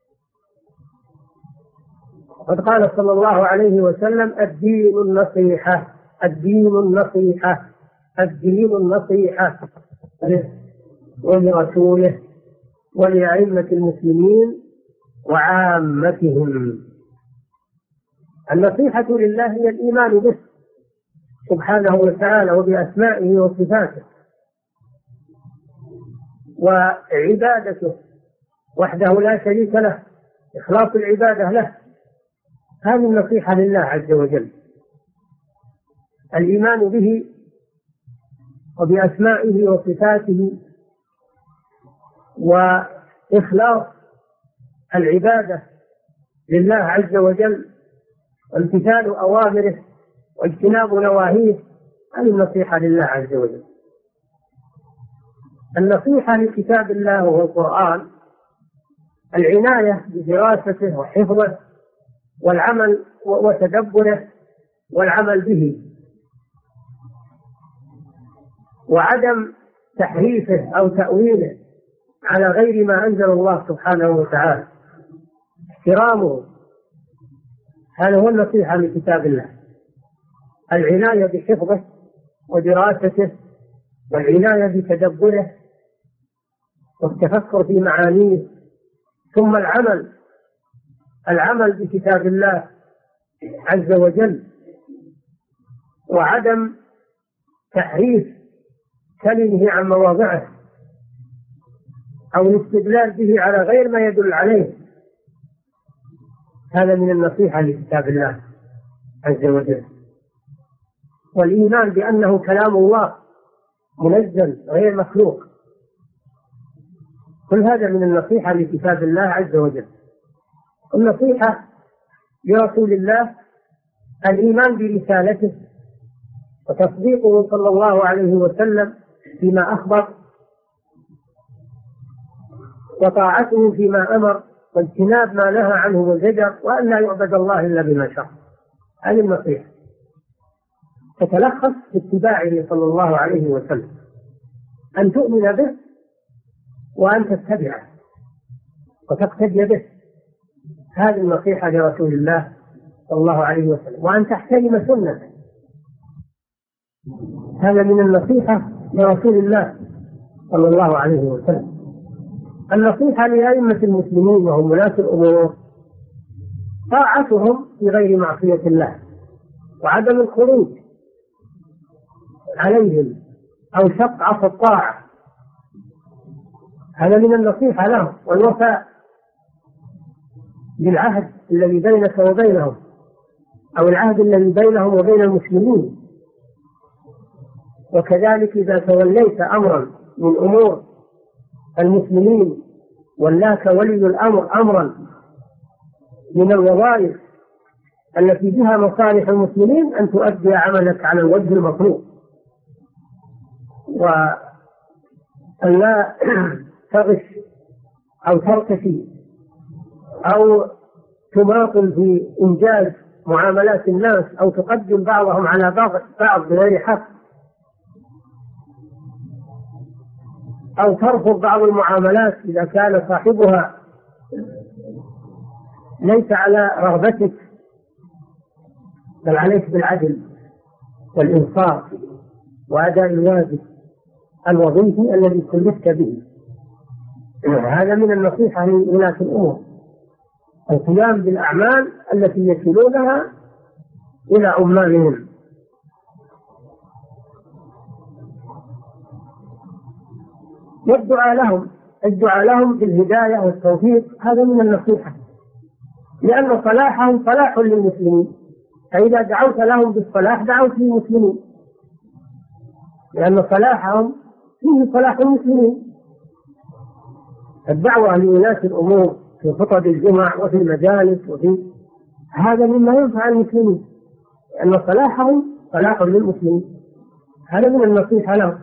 قد قال صلى الله عليه وسلم الدين النصيحة، الدين النصيحة، الدين النصيحة ولرسوله ولأئمة المسلمين وعامتهم. النصيحة لله هي الإيمان به سبحانه وتعالى وبأسمائه وصفاته وعبادته وحده لا شريك له، إخلاص العبادة له، هذه النصيحة لله عز وجل. الإيمان به وبأسمائه وصفاته وإخلاص العبادة لله عز وجل وامتثال أوامره واجتناب نواهيه، هذه النصيحة لله عز وجل. النصيحة لكتاب الله وهو القرآن العناية بدراسته وحفظه والعمل وتدبره والعمل به، وعدم تحريفه أو تأويله على غير ما أنزل الله سبحانه وتعالى، احترامه، هذا هو النصيحة لكتاب الله. العناية بحفظه ودراسته والعناية بتدبره والتفكر في معانيه، ثم العمل العمل بكتاب الله عز وجل، وعدم تحريف كلمه عن مواضعه أو الاستدلال به على غير ما يدل عليه، هذا من النصيحة لكتاب الله عز وجل. والإيمان بأنه كلام الله منزل غير مخلوق، كل هذا من النصيحة لكتاب الله عز وجل. النصيحة لرسول الله الإيمان برسالته وتصديقه صلى الله عليه وسلم فيما أخبر، وطاعته فيما أمر، واجتناب ما نهى عنه وزجر، وأن لا يعبد الله إلا بما شرع. هذه النصيحة تتلخص في اتباعه صلى الله عليه وسلم، أن تؤمن به وأن تتبعه وتقتدي به، هذه النصيحة لرسول الله صلى الله عليه وسلم، وأن تحترم سنته، هذا من النصيحة لرسول الله صلى الله عليه وسلم. النصيحة لأئمة المسلمين وهم ولاة الأمور طاعتهم في غير معصية الله وعدم الخروج عليهم أو شق عصا الطاعة، هذا من النصيحة لهم، والوفاء بالعهد الذي بينك وبينهم أو العهد الذي بينهم وبين المسلمين. وكذلك إذا توليت أمرا من أمور المسلمين ولاك ولي الأمر أمرا من الوظائف التي بها مصالح المسلمين أن تؤدي عملك على الوجه المطلوب، وأن لا تغش أو ترتشي أو تماطل في إنجاز معاملات الناس أو تقدم بعضهم على بعض بغير حق، أو ترفض بعض المعاملات إذا كان صاحبها ليس على رغبتك، بل عليك بالعدل والإنصاف وأداء الواجب الوظيفي الذي كلفت به. هذا من النصيحة لولاة الأمور، القيام بالأعمال التي يكلونها إلى عمالهم. والدعاء لهم الدعاء لهم بالهداية والتوفيق، هذا من النصيحة، لأن صلاحهم صلاح للمسلمين، فإذا دعوت لهم بالصلاح دعوت للمسلمين، لأن صلاحهم فيه صلاح المسلمين. الدعوة لولاة الأمور في خطب الجمع وفي المجالس وفي هذا مما ينفع المسلمين، لأن صلاحهم صلاح للمسلمين، هذا من النصيحة لهم.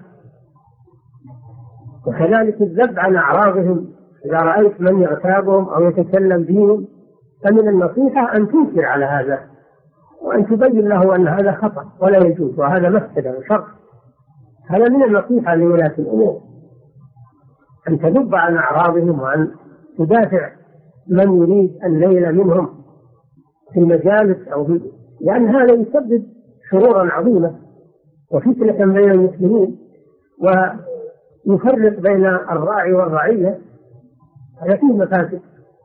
وكذلك الذب عن أعراضهم، إذا رأيت من يغتابهم أو يتكلم بهم فمن النصيحة أن تنكر على هذا، وأن تبين له أن هذا خطأ ولا يجوز وهذا مفسدة وشر. هذا من النصيحة لولاة الأمور، أن تذب عن أعراضهم وأن تدافع من يريد النيل منهم في المجالس أو في، لأن هذا يسبب شرورا عظيمة وفتنة بين المسلمين ويفرق بين الراعي والرعية، هذا فيه مفاسد.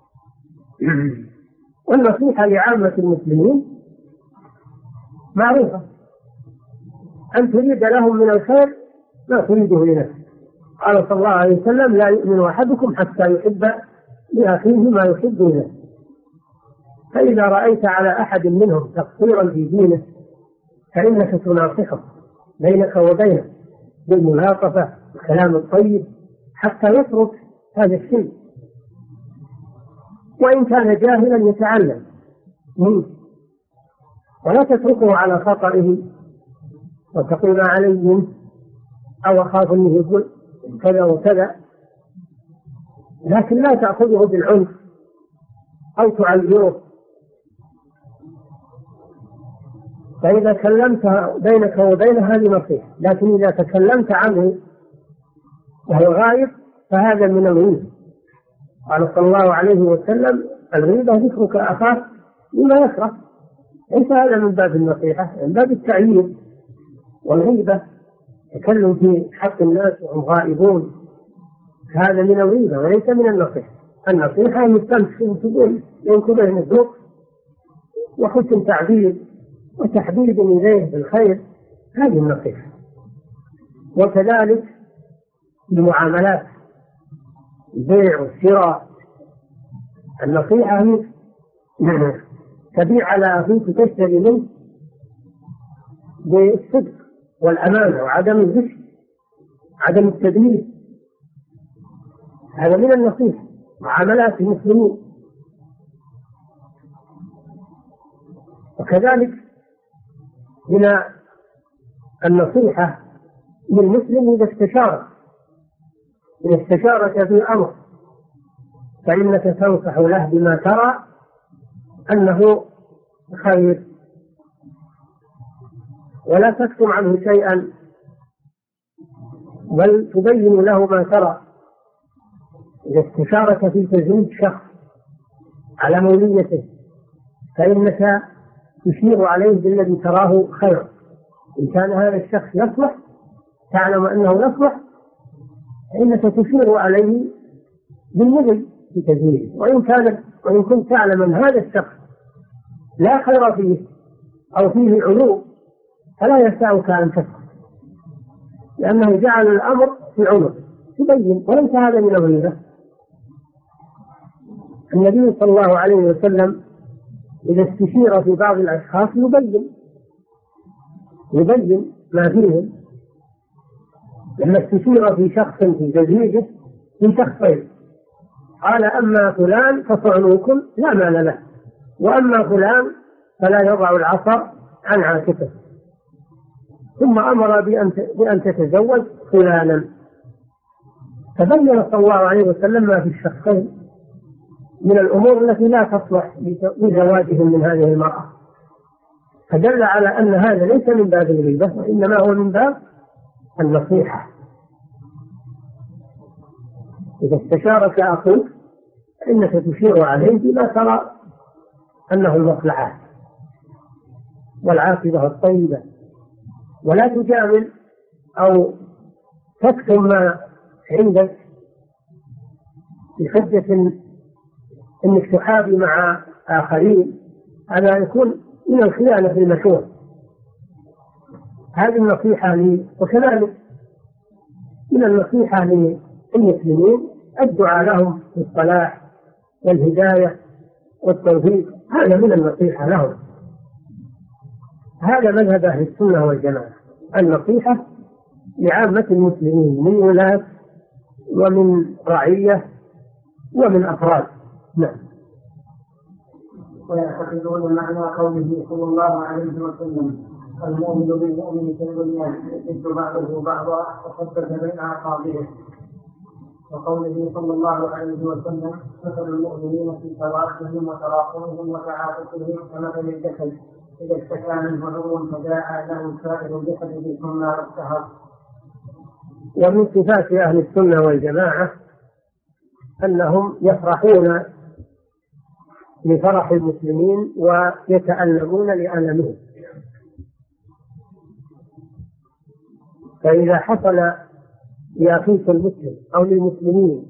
والنصيحة لعامة المسلمين معروفة، أن تريد لهم من الخير ما تريده لنفسك. قال صلى الله عليه وسلم: لا يؤمن أحدكم حتى يحب لأخيه ما يحب له. فإذا رأيت على أحد منهم تقصيرا في دينه فإنك تناصحه بينك وبينه بالملاطفة والكلام الطيب حتى يترك هذا الشيء، وإن كان جاهلا يتعلم منه، ولا تتركه على خطئه وتقول ما علي منه أو أخاف أنه يقول كذا وكذا، لكن لا تأخذه بالعنف أو تعيره. فإذا كلمت بينك وبينه هذه نصيحة، لكن إذا تكلمت عنه وهو غائب فهذا من الغيبة. قال صلى الله عليه وسلم: الغيبة ذكرك أخاك بما يكره. ليس هذا من باب النصيحة، من باب التعيير. والغيبة تكلم في حق الناس وهم غائبون، هذا من الغيبة وليس من النصيحة. النصيحة يستمسك تقول ينكبه الذوق وحسن تعبير وتحديد إليه بالخير، هذه النصيحة. وكذلك المعاملات، البيع والشراء، النصيحة هي تبيع على أخيك تشتري منه بالصدق والأمانة وعدم الغش، عدم التدليس، هذا من النصيحة. معاملات المسلمين. وكذلك من النصيحة للمسلم إذا استشار إذا استشارك في أمر فإنك تنصح له بما ترى أنه خير، ولا تكتم عنه شيئا، بل تبين له ما ترى. إذا استشارك في تزويج شخص على موليته فإنك تشير عليه بالذي تراه خير. إن كان هذا الشخص يصلح، تعلم أنه يصلح، فإنك تشير عليه بالمثل في تزويجه. وإن كان وإن كنت تعلم أن هذا الشخص لا خير فيه أو فيه عيوب فلا يسعك أن تسكت، لأنه جعل الأمر في عنق تبين، وليس هذا من الغيبة. النبي صلى الله عليه وسلم إذا استشير في بعض الأشخاص يبين يبين ما فيهم. لما استشير في شخص في تزويجه في شخصين قال أما فلان فصعنوك لا مال له، وأما فلان فلا يضع العصا عن عاتقه. ثم أمر بأن تتزوج فلانا، فبين صلى الله عليه وسلم ما في الشخصين من الأمور التي لا تصلح لزواجهم من هذه المرأة، فدل على أن هذا ليس من باب الغيبة وإنما هو من باب النصيحة. إذا استشارك أخوك فإنك تشير عليه بما ترى أنه المصلحة والعاقبة الطيبة، ولا تجامل أو تكتم ما عندك بحجة أنك تحابي مع آخرين، هذا يكون من الخيانة في المشروع. هذه النصيحة لي، وكذلك من النصيحة للمسلمين الدعاء لهم بالصلاح والهداية والتوفيق، هذا من النصيحة لهم. هذا مذهب أهل السنة والجماعة، النصيحة لعامة المسلمين من ولاة ومن رعية ومن أفراد. نعم. ويعتقدون معنى قوله صلى الله عليه وسلم المؤمن بالمؤمن كالبنيان يشد بعضه بعضا وثبت بين أعصابه، وقوله صلى الله عليه وسلم مثل المؤمنين في توادهم وتراحمهم وتعاطفهم كمثل الجسد إذا اشتكى منه عضو تداعى له سائر الجسد بالحمى والسهر. ومن صفات أهل السنة والجماعة أنهم يفرحون لفرح المسلمين ويتألمون لألمهم، فإذا حصل لأخيك المسلم أو للمسلمين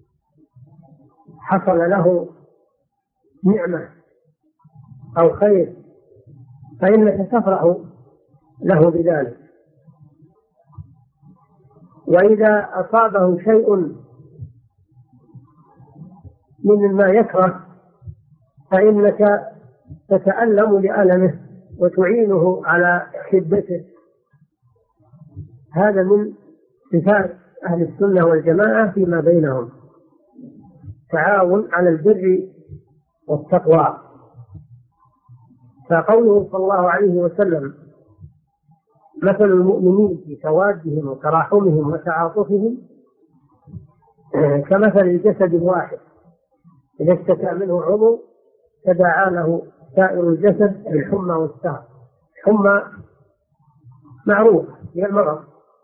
حصل له نعمة أو خير فإنك تفرح له بذلك، وإذا أصابه شيء من ما يكره فإنك تتألم لألمه وتعينه على شدته. هذا من صفات أهل السنة والجماعة فيما بينهم، تعاون على البر والتقوى. فقوله صلى الله عليه وسلم مثل المؤمنين في توادهم وتراحمهم وتعاطفهم كمثل الجسد الواحد إذا اشتكى منه عضو تداعى له سائر الجسد بالحمى والسهر. الحمى معروف هي المرض،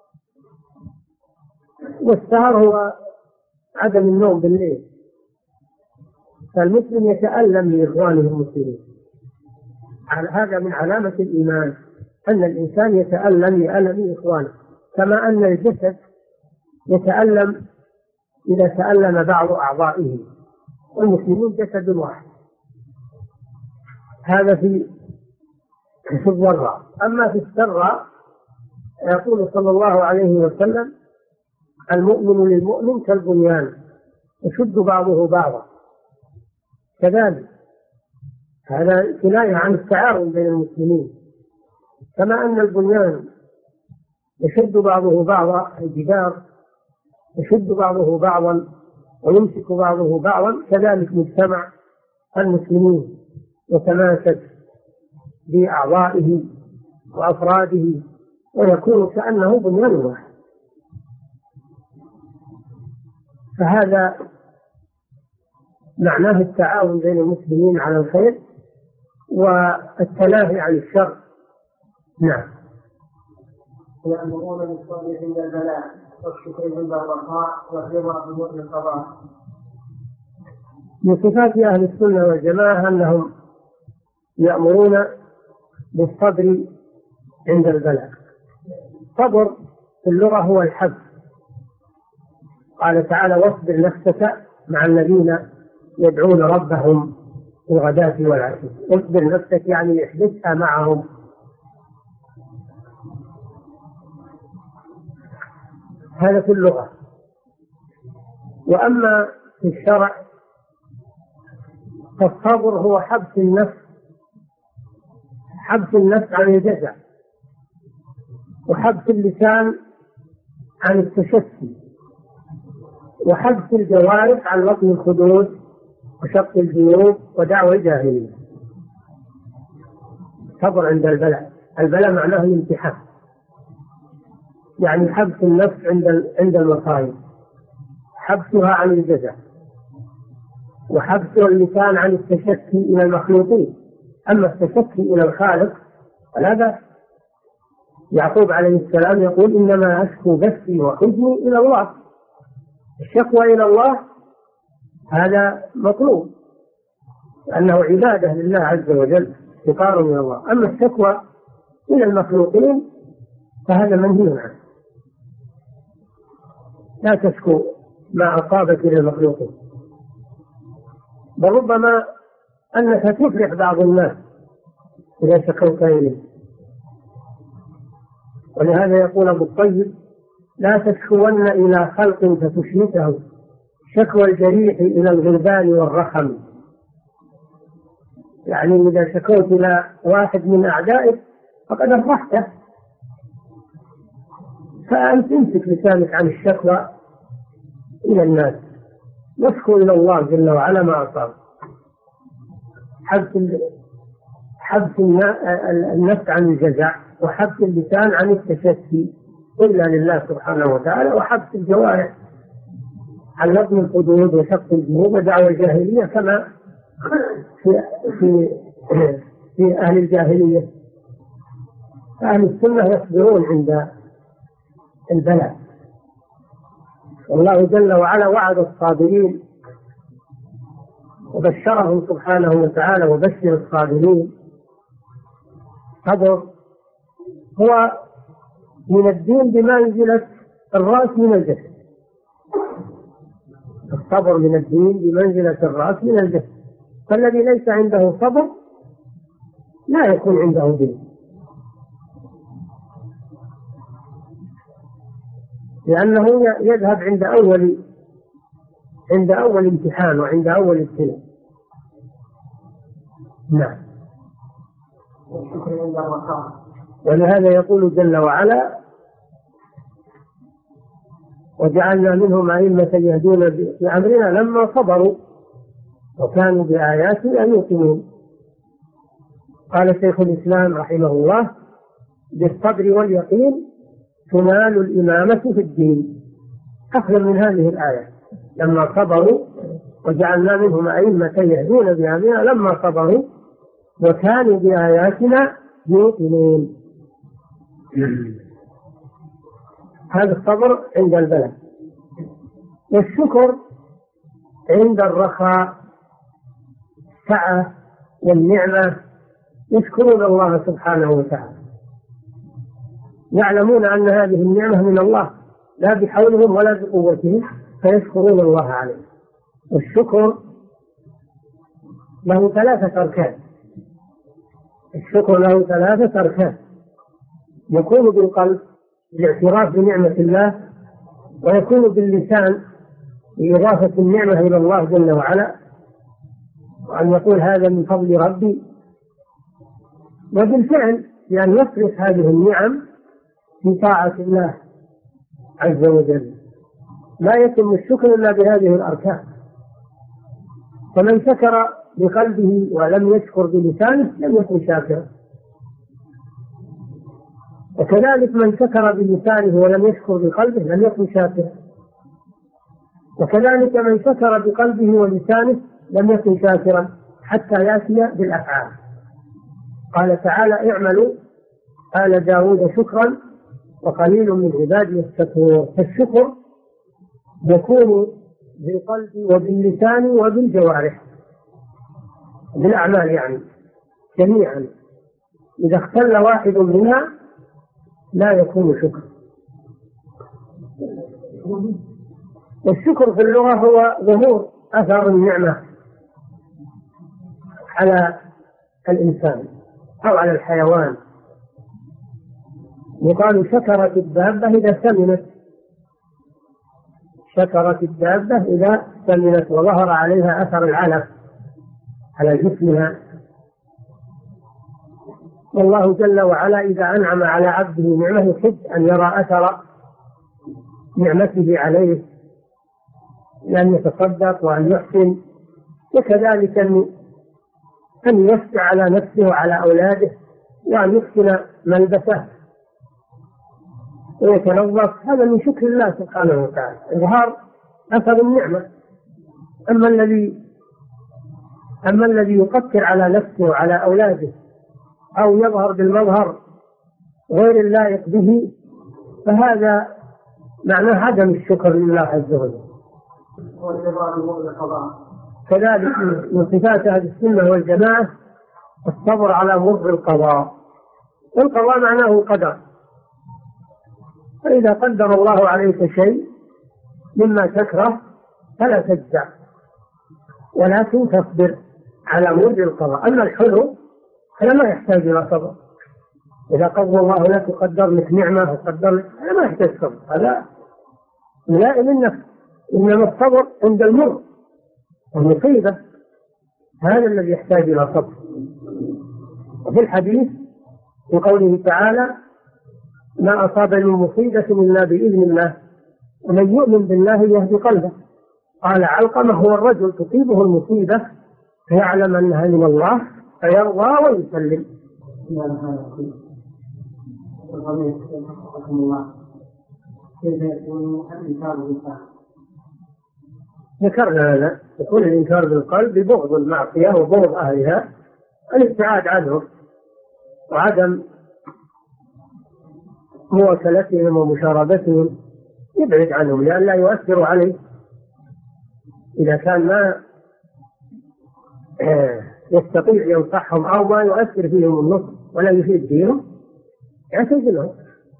والسهر هو عدم النوم بالليل. فالمسلم يتألم لإخوانه المسلمين، هذا من علامة الإيمان أن الإنسان يتألم لألم إخوانه، كما أن الجسد يتألم إذا تألم بعض أعضائه، والمسلمون جسد واحد. هذا في في الضراء. أما في السراء يقول صلى الله عليه وسلم المؤمن للمؤمن كالبنيان يشد بعضه بعضا. كذلك هذا كناية عن التعاون بين المسلمين، كما أن البنيان يشد بعضه بعضا، الجدار يشد بعضه بعضا ويمسك بعضه بعضا، كذلك مجتمع المسلمين يتماسك بأعضائه وأفراده ويكون كأنه بنيان واحد. فهذا معناه التعاون بين المسلمين على الخير والتناهي عن الشر. نعم. يأمرون بالصبر عند البلاء والشكر عند الرخاء والرضا بمؤن القضاء. من صفات أهل السنة والجماعة أنهم يأمرون بالصبر عند البلاء. الصبر في اللغة هو الحبس. قال تعالى واصبر نفسك مع الذين يدعون ربهم بالغداة والعشي. اصبر نفسك يعني احبسها معهم. هذا في اللغة. وأما في الشرع فالصبر هو حبس النفس، حبس النفس عن الجزع، وحبس اللسان عن التشفي. وحبس الجوارح عن لطم الخدود وشق الجيوب ودعوى الجاهلية. صبر عند البلاء. البلاء معناه الامتحان، يعني حبس النفس عند عند المصائب، حبسها عن الجزع، وحبس اللسان عن التشكي إلى المخلوقين. أما التشكي إلى الخالق فلا بأس. يعقوب عليه السلام يقول إنما أشكو بثي وحزني إلى الله. الشكوى إلى الله هذا مطلوب لأنه عبادة لله عز وجل، افتقار من الله. أما الشكوى إلى المخلوقين فهذا منهي عنه. لا تشكو ما أصابك إلى المخلوقين، بل ربما أنك تفرح بعض الناس إذا شكوت إليه. ولهذا يقول أبو الطيب لا تشكون إلى خلق فتشمته، شكوى الجريح إلى الغربان والرحم. يعني إذا شكوت إلى واحد من أعدائك فقد أفرحته، فأنت امسك لسانك عن الشكوى إلى الناس، واشكو إلى الله جل وعلا ما أصاب. حبس حبس النفس عن الجزع، وحبس اللسان عن التشكي إلا لله سبحانه وتعالى، وحبس الجوارح عن لطم الحدود وشق الجيوب ودعوى الجاهلية كما في في في أهل الجاهلية. أهل السنة يصبرون عند البلاء، والله جل وعلا وعد الصابرين وبشرهم سبحانه وتعالى وبشر الصابرين. صبر هو من الدين بمنزلة الرأس من الجسد. الصبر من الدين بمنزلة الرأس من الجسد، فالذي ليس عنده صبر لا يكون عنده دين، لأنه يذهب عند أول عند أول امتحان وعند أول ابتلاء. نعم. ولهذا يقول جل وعلا وجعلنا منهم أئمة يهدون بأمرنا لما صبروا وكانوا بآياتنا يوقنون. قال شيخ الإسلام رحمه الله بالصبر واليقين تنال الإمامة في الدين. أخذ من هذه الآية لما صبروا وجعلنا منهم أئمة يهدون بأمرنا لما صبروا وكانوا بآياتنا يوقنون. هذا الصبر عند البلاء. والشكر عند الرخاء، السعة والنعمة، يشكرون الله سبحانه وتعالى، يعلمون أن هذه النعمة من الله لا بحولهم ولا بقوتهم، فيشكرون الله عليه. والشكر له ثلاثة أركان. الشكر له ثلاثة أركان: يكون بالقلب بالاعتراف بنعمة الله، ويكون باللسان بإضافة النعمة إلى الله جل وعلا وأن يقول هذا من فضل ربي، وبالفعل يعني يصرف هذه النعم في طاعة الله عز وجل. لا يتم الشكر إلا بهذه الأركان. فمن شكر بقلبه ولم يشكر بلسانه لم يكن شاكرا، وكذلك من شكر بلسانه ولم يشكر بقلبه لم يكن شاكرا، وكذلك من شكر بقلبه ولسانه لم يكن شاكرا حتى يأتي بالأفعال. قال تعالى اعملوا آل داود شكرا وقليل من عبادي الشكور. فالشكر يكون بالقلب وباللسان وبالجوارح، بالأعمال يعني جميعا. إذا اختل واحد منها لا يكون شكر. والشكر في اللغة هو ظهور أثر النعمة على الإنسان أو على الحيوان. يقال شكرت الدابة إذا سمنت، شكرت الدابة إذا سمنت وظهر عليها أثر العلف على جسمها. والله جل وعلا إذا أنعم على عبده نعمة يحب أن يرى أثر نعمته عليه، لأن يتصدق وأن يحسن، وكذلك أن أن يوسع على نفسه وعلى أولاده، وأن يحسن ملبسه ويتنظف. هذا من شكر الله سبحانه وتعالى، إظهار أثر النعمة. أما الذي أما الذي يقصر على نفسه وعلى أولاده أو يظهر بالمظهر غير اللائق به، فهذا معناه عدم الشكر لله عز وجل. كذلك من صفات أهل السنة والجماعة الصبر على مر القضاء. القضاء معناه القدر، فإذا قدر الله عليك شيء مما تكره فلا تجزع، ولكن تصبر على مر القضاء. أما الحلو هذا ما يحتاج إلى صبر. إذا قدر الله لك وقدر لك نعمة وقدر لك، هذا ما يحتاج صبر، هذا ملائم النفس. إنما الصبر عند المر والمصيبة، هذا الذي يحتاج إلى صبر. وفي الحديث في قوله تعالى: ما أصاب من مصيبة إلا بإذن الله ومن يؤمن بالله يهدي قلبه. قال علقمة: هو الرجل تصيبه المصيبة فيعلم أنها من الله فيرضى ويسلم. كيف يكون الإنكار بالقلب؟ ذكرنا هذا، يكون الإنكار بالقلب ببغض المعصية وبغض أهلها، الابتعاد عنهم وعدم مواكلتهم ومشاربتهم، يبعد عنهم لأن لا يؤثر عليه. إذا كان ما يستطيع ينصحهم أو ما يؤثر فيهم النصح ولا يفيد فيهم يعتزلهم.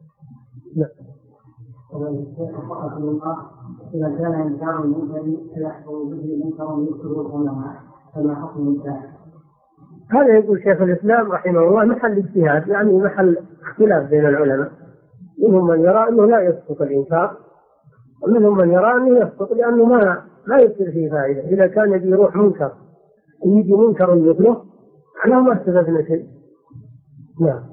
إذا كان إنكار المنكر يحصل به منكر يذكر العلماء فما حكم الإنكار؟ هذا يقول شيخ الإسلام رحمه الله محل اجتهاد، يعني محل اختلاف بين العلماء. منهم من يرى أنه لا يسقط الإنكار، ومنهم من يرى أنه يسقط لأنه ما لا يصير فيه فائدة. إذا كان يجي يروح منكر يجي منكر مثله معناه ما استفدنا شيء. نعم.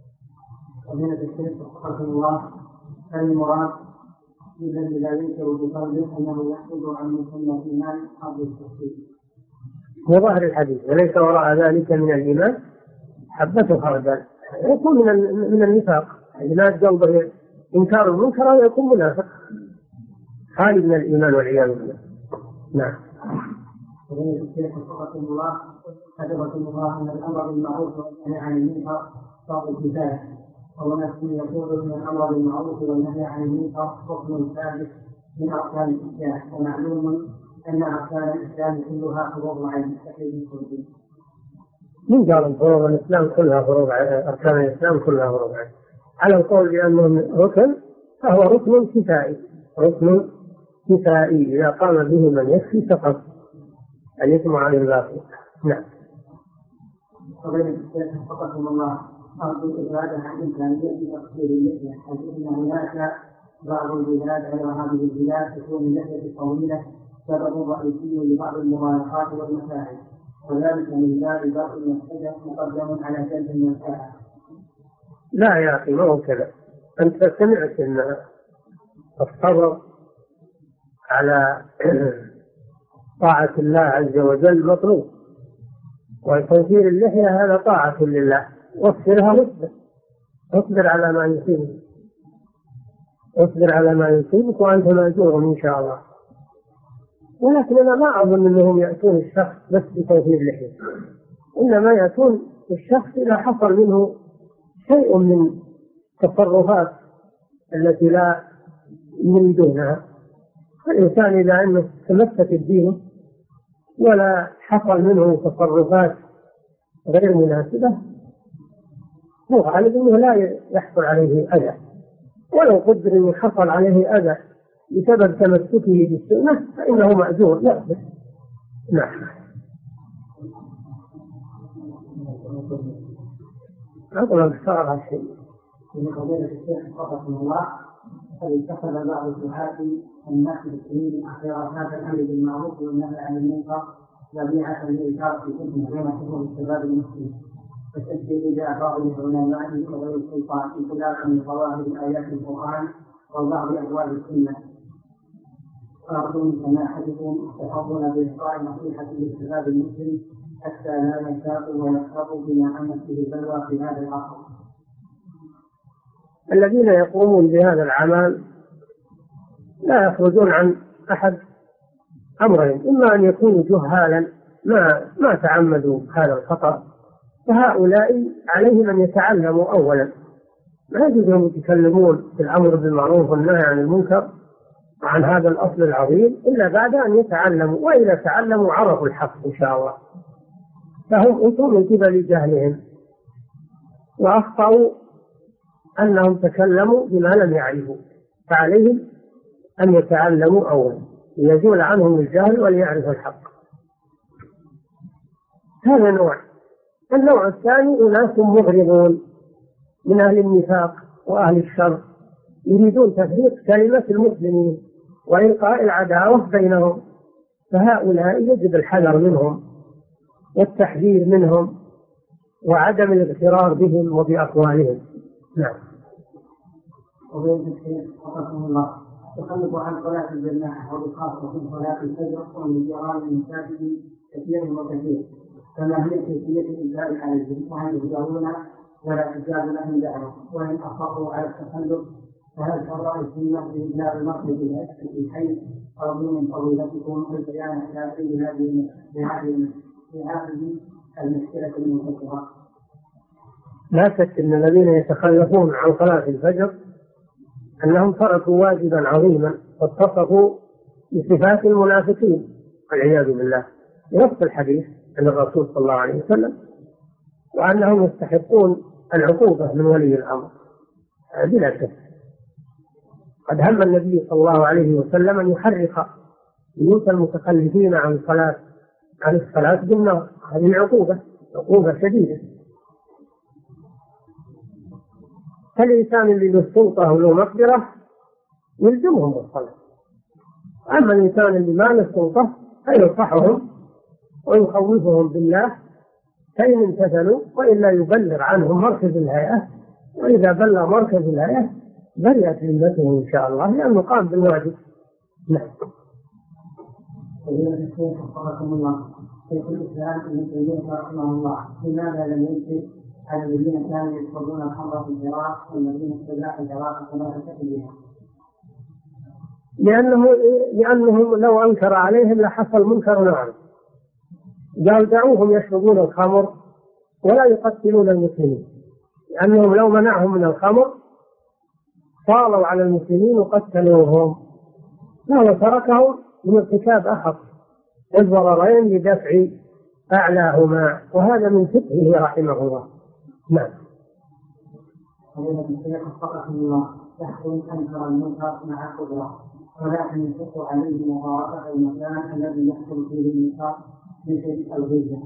ومن الشيخ رحمه الله المراد الذي لا ينكر بقلبه أنه يحصل عن مسمى الإيمان أرض التفسير. هو ظاهر الحديث: وليس وراء ذلك من الإيمان حبة خردل. يكون من من النفاق، عناد قلبه إنكار المنكر هذا يكون منافق خالي من الإيمان والعياذ بالله. نعم. ومن الشيخ رحمه الله حفظكم الله أن الأمر بالمعروف والنهي عن المنكر فرض كفاية، ونفس يقول من الأمر بالمعروف والنهي عن المنكر ركن ثابت من أركان الإسلام، ومعلوم أن أركان الإسلام كلها فروض عين تحريم الدين. من قال فروض الإسلام كلها فروض عين؟ أركان الإسلام كلها فروض عين على القول بأنه ركن، فهو ركن كفائي، ركن كفائي إذا قام به من يكفي سقط الإثم عن الباقي. نعم. وبين الشيخ حفظكم الله أرجو الإبعاد عن إمكانية تقصير اللحية، حيث أن هناك بعض البلاد غير هذه البلاد تكون اللحية طويلة سبب رئيسي لبعض المغالطات والمساعي، وذلك من باب بعض المسألة مقدم على جلب المنفعة. لا يا أخي، ما هو كذا. أنت سمعت أن الصبر على طاعة الله عز وجل مطلوب، وتوفير اللحية هذا طاعة لله. واصبرها واصبر، اصبر على ما يصيبك، اصبر على ما يصيبك وأنت مأجور إن شاء الله. ولكن أنا ما أظن أنهم يأتون الشخص بس بتوفير اللحية، إنما يأتون الشخص إذا حصل منه شيء من تصرفات التي لا يريدونها. الإنسان إذا أنه تمسك الدين ولا حصل منه تصرفات غير مناسبة، هو غالب أنه لا يحصل عليه أذى، ولو قدر أنه حصل عليه أذى بسبب تمسكه بالسنة فإنه مأجور يقبل. نعم. أقول بصار هالشيء. من قبيلة الشيخ رحمه الله قد اتخذ بعض الدعاة الناس المسلمين اعتراضات الأمر بالمعروف والنهي عن المنكر ذريعة لإثارة الفتنة بين شؤون الشباب المسلمين، فتأتي إلى بعض العلماء وغير السلطان انطلاقا من ظواهر آيات القرآن وبعض أبواب السنة. أرجو من سماحتكم تحظون بإلقاء نصيحة للشباب المسلم حتى لا يشاقوا ويسخطوا بما عمت به البلوى في هذا العصر. الذين يقومون بهذا العمل لا يخرجون عن أحد أمرين: إما أن يكونوا جهالا ما ما تعمدوا هذا الخطأ، فهؤلاء عليهم أن يتعلموا أولا. ما يجوز أن يتكلمون بالأمر بالمعروف والنهي عن المنكر عن هذا الأصل العظيم إلا بعد أن يتعلموا، وإذا تعلموا عرفوا الحق إن شاء الله. فهم أتوا من قبل جهلهم وأخطأوا أنهم تكلموا بما لم يعرفوا، فعليهم أن يتعلموا أولا ليزول عنهم الجهل وليعرفوا الحق. هذا نوع. النوع الثاني أناس مغرضون من أهل النفاق وأهل الشر يريدون تفريق كلمة المسلمين وإلقاء العداوة بينهم، فهؤلاء يجب الحذر منهم والتحذير منهم وعدم الاغترار بهم وبأقوالهم. نعم. الله تخلف عن صلاة الجماعة وبخاصة من صلاة الفجر ومن جيران المساجد كثير وكثير، فما هي كيفية الإجابة عليهم؟ وهل يجاوبون ولا تجاب لهم دعوة؟ وإن أصروا على التخلف فهل ترى السنة بإجابة المقصد في حي أو من فضيلتكم البيان على هذه هذه المشكلة المنتشرة؟ لا شك أن الذين يتخلفون عن صلاة الفجر أنهم تركوا واجبا عظيما واتصفوا بصفات المنافقين والعياذ بالله نفس الحديث عن الرسول صلى الله عليه وسلم، وأنهم يستحقون العقوبة من ولي الأمر بلا شك. قد هم النبي صلى الله عليه وسلم أن يحرق بيوت المتخلفين عن الصلاة عن الصلاة بالنار. هذه عقوبة عقوبة شديدة. فالإنسان اللي له سلطة وله مقدرة يلزمهم بالصلاة، أما الإنسان اللي ما له سلطة فينصحهم ويخوفهم بالله فإن امتثلوا، وإلا يبلغ عنهم مركز الهيئة، وإذا بلغ مركز الهيئة برئت ذمته إن شاء الله لأنه قام بالواجب. نعم. فضيلة الشيخ وفقكم الله، شيخ الإسلام ابن تيمية رحمه الله لماذا لم ينكر على الذين كانوا يشربون الخمر في العراق والذين استباحوا العراق ثلاثة بها؟ لأنه لأنهم لو أنكر عليهم لحصل منكر نعم. قال دعوهم يشربون الخمر ولا يقتلون المسلمين، لأنهم لو منعهم من الخمر صالوا على المسلمين وقتلوهم، فهو تركهم من ارتكاب أخف الضررين لدفع أعلاهما، وهذا من فقهه رحمه الله. نعم. فضيلة الشيخ وفقكم الله، تحكم أنكر المنكر مع قدرة ولكن يشق عليه مغاربة المكان الذي يحصل فيه المنكر مثل الغيبة.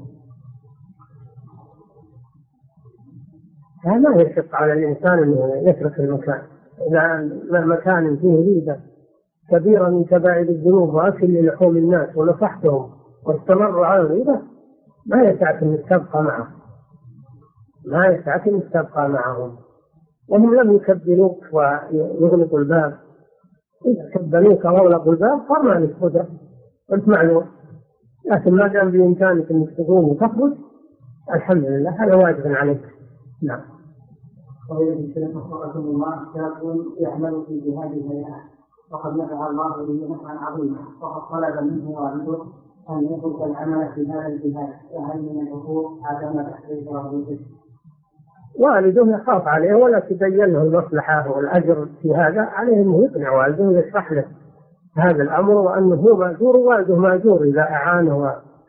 هذا يشق على الإنسان أنه يترك المكان. إذا مكان فيه غيبة كبيرة من كبائر الذنوب وأكل لحوم الناس ونصحتهم واستمروا على الغيبة ما يسعك أن تبقى معهم، ما يسعك أن تبقى معهم، وهم لم يكبلوك ويغلقوا الباب. إذا كبلوك وأغلقوا الباب صار ما لك قدرة، أنت معلوم، لكن ما دام بإمكانك أنك تقوم وتخرج الحمد لله هذا واجب عليك. نعم. فضيلة الشيخ وفقكم الله، شاب يعمل في جهاد الهيئات وقد نفع الله به نفعا عظيما، وقد طلب منه والده أن يترك العمل في هذا الجهاد، فهل من الحقوق عدم تحريف رغبته؟ والده يخاف عليه ولا تبين له المصلحة والأجر في هذا، عليه أنه يقنع والده ويشرح له هذا الأمر وأنه هو مأجور والده مأجور إذا أعانه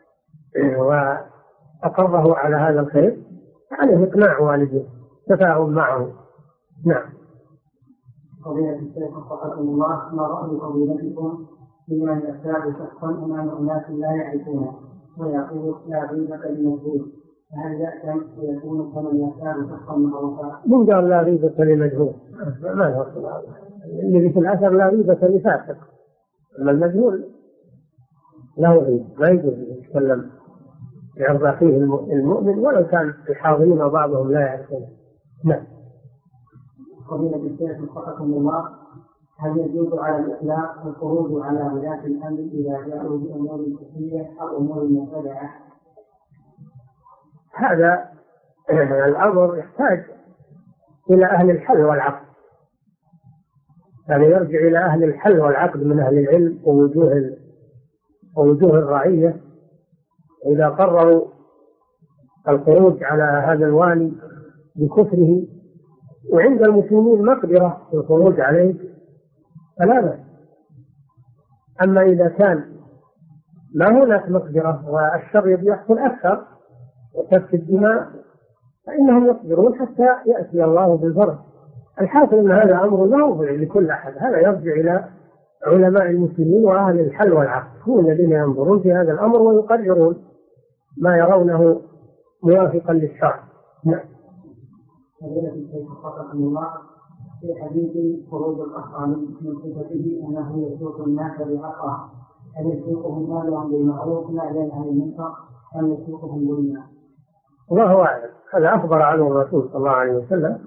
وأقره على هذا الخير، عليه إقناع والده تفاهم معه. نعم. فضيلة الشيخ وفقكم الله، ما رأي فضيلتكم بمن يغتاب شخصا أمام أناس لا يعرفونه ويقول لا غيبة لمجهول، فهل يأتم ويكون كمن يغتاب شخصا معروفا؟ من قال لا غيبة لمجهول؟ ما له صلاة. اللي في الأثر لا غيبة لفاسق، أما المجهول له غيبة لا يجوز يتكلم يرضى فيه المؤمن ولو كان الحاضرين وبعضهم لا يعرفونه. نعم. فضيلة الشيخ وفقكم الله، هل يجوز على الإطلاق الخروج على ولاة الأمر إذا جاءوا بأمور كثيرة أو أمور مبتدعة؟ هذا الأمر يحتاج إلى أهل الحل والعقد، يعني يرجع إلى أهل الحل والعقد من أهل العلم ووجوه ووجوه الرعية. إذا قرروا الخروج على هذا الوالي بكفره وعند المسلمين مقدرة في الخروج عليه فلا بأس. أما إذا كان ما هناك مقدرة والشر يحصل أكثر وتفسد الدماء فإنهم يقدرون حتى يأتي الله بالفرج. الحاصل أن هذا أمر لا يرجع لكل أحد، هذا يرجع إلى علماء المسلمين وأهل الحل والعقد، هم الذين ينظرون في هذا الأمر ويقررون ما يرونه موافقا للشرع. نعم. فضيلة الشيخ وفقكم الله، في حديث خروج القحطاني من صفته أنه يسوق الناس بعقله، هل يسوقهم نادرا بالمعروف نادرا عن المنكر أم يسوقهم بالناس؟ الله أعلم، هذا أخبر عنه الرسول صلى الله عليه وسلم،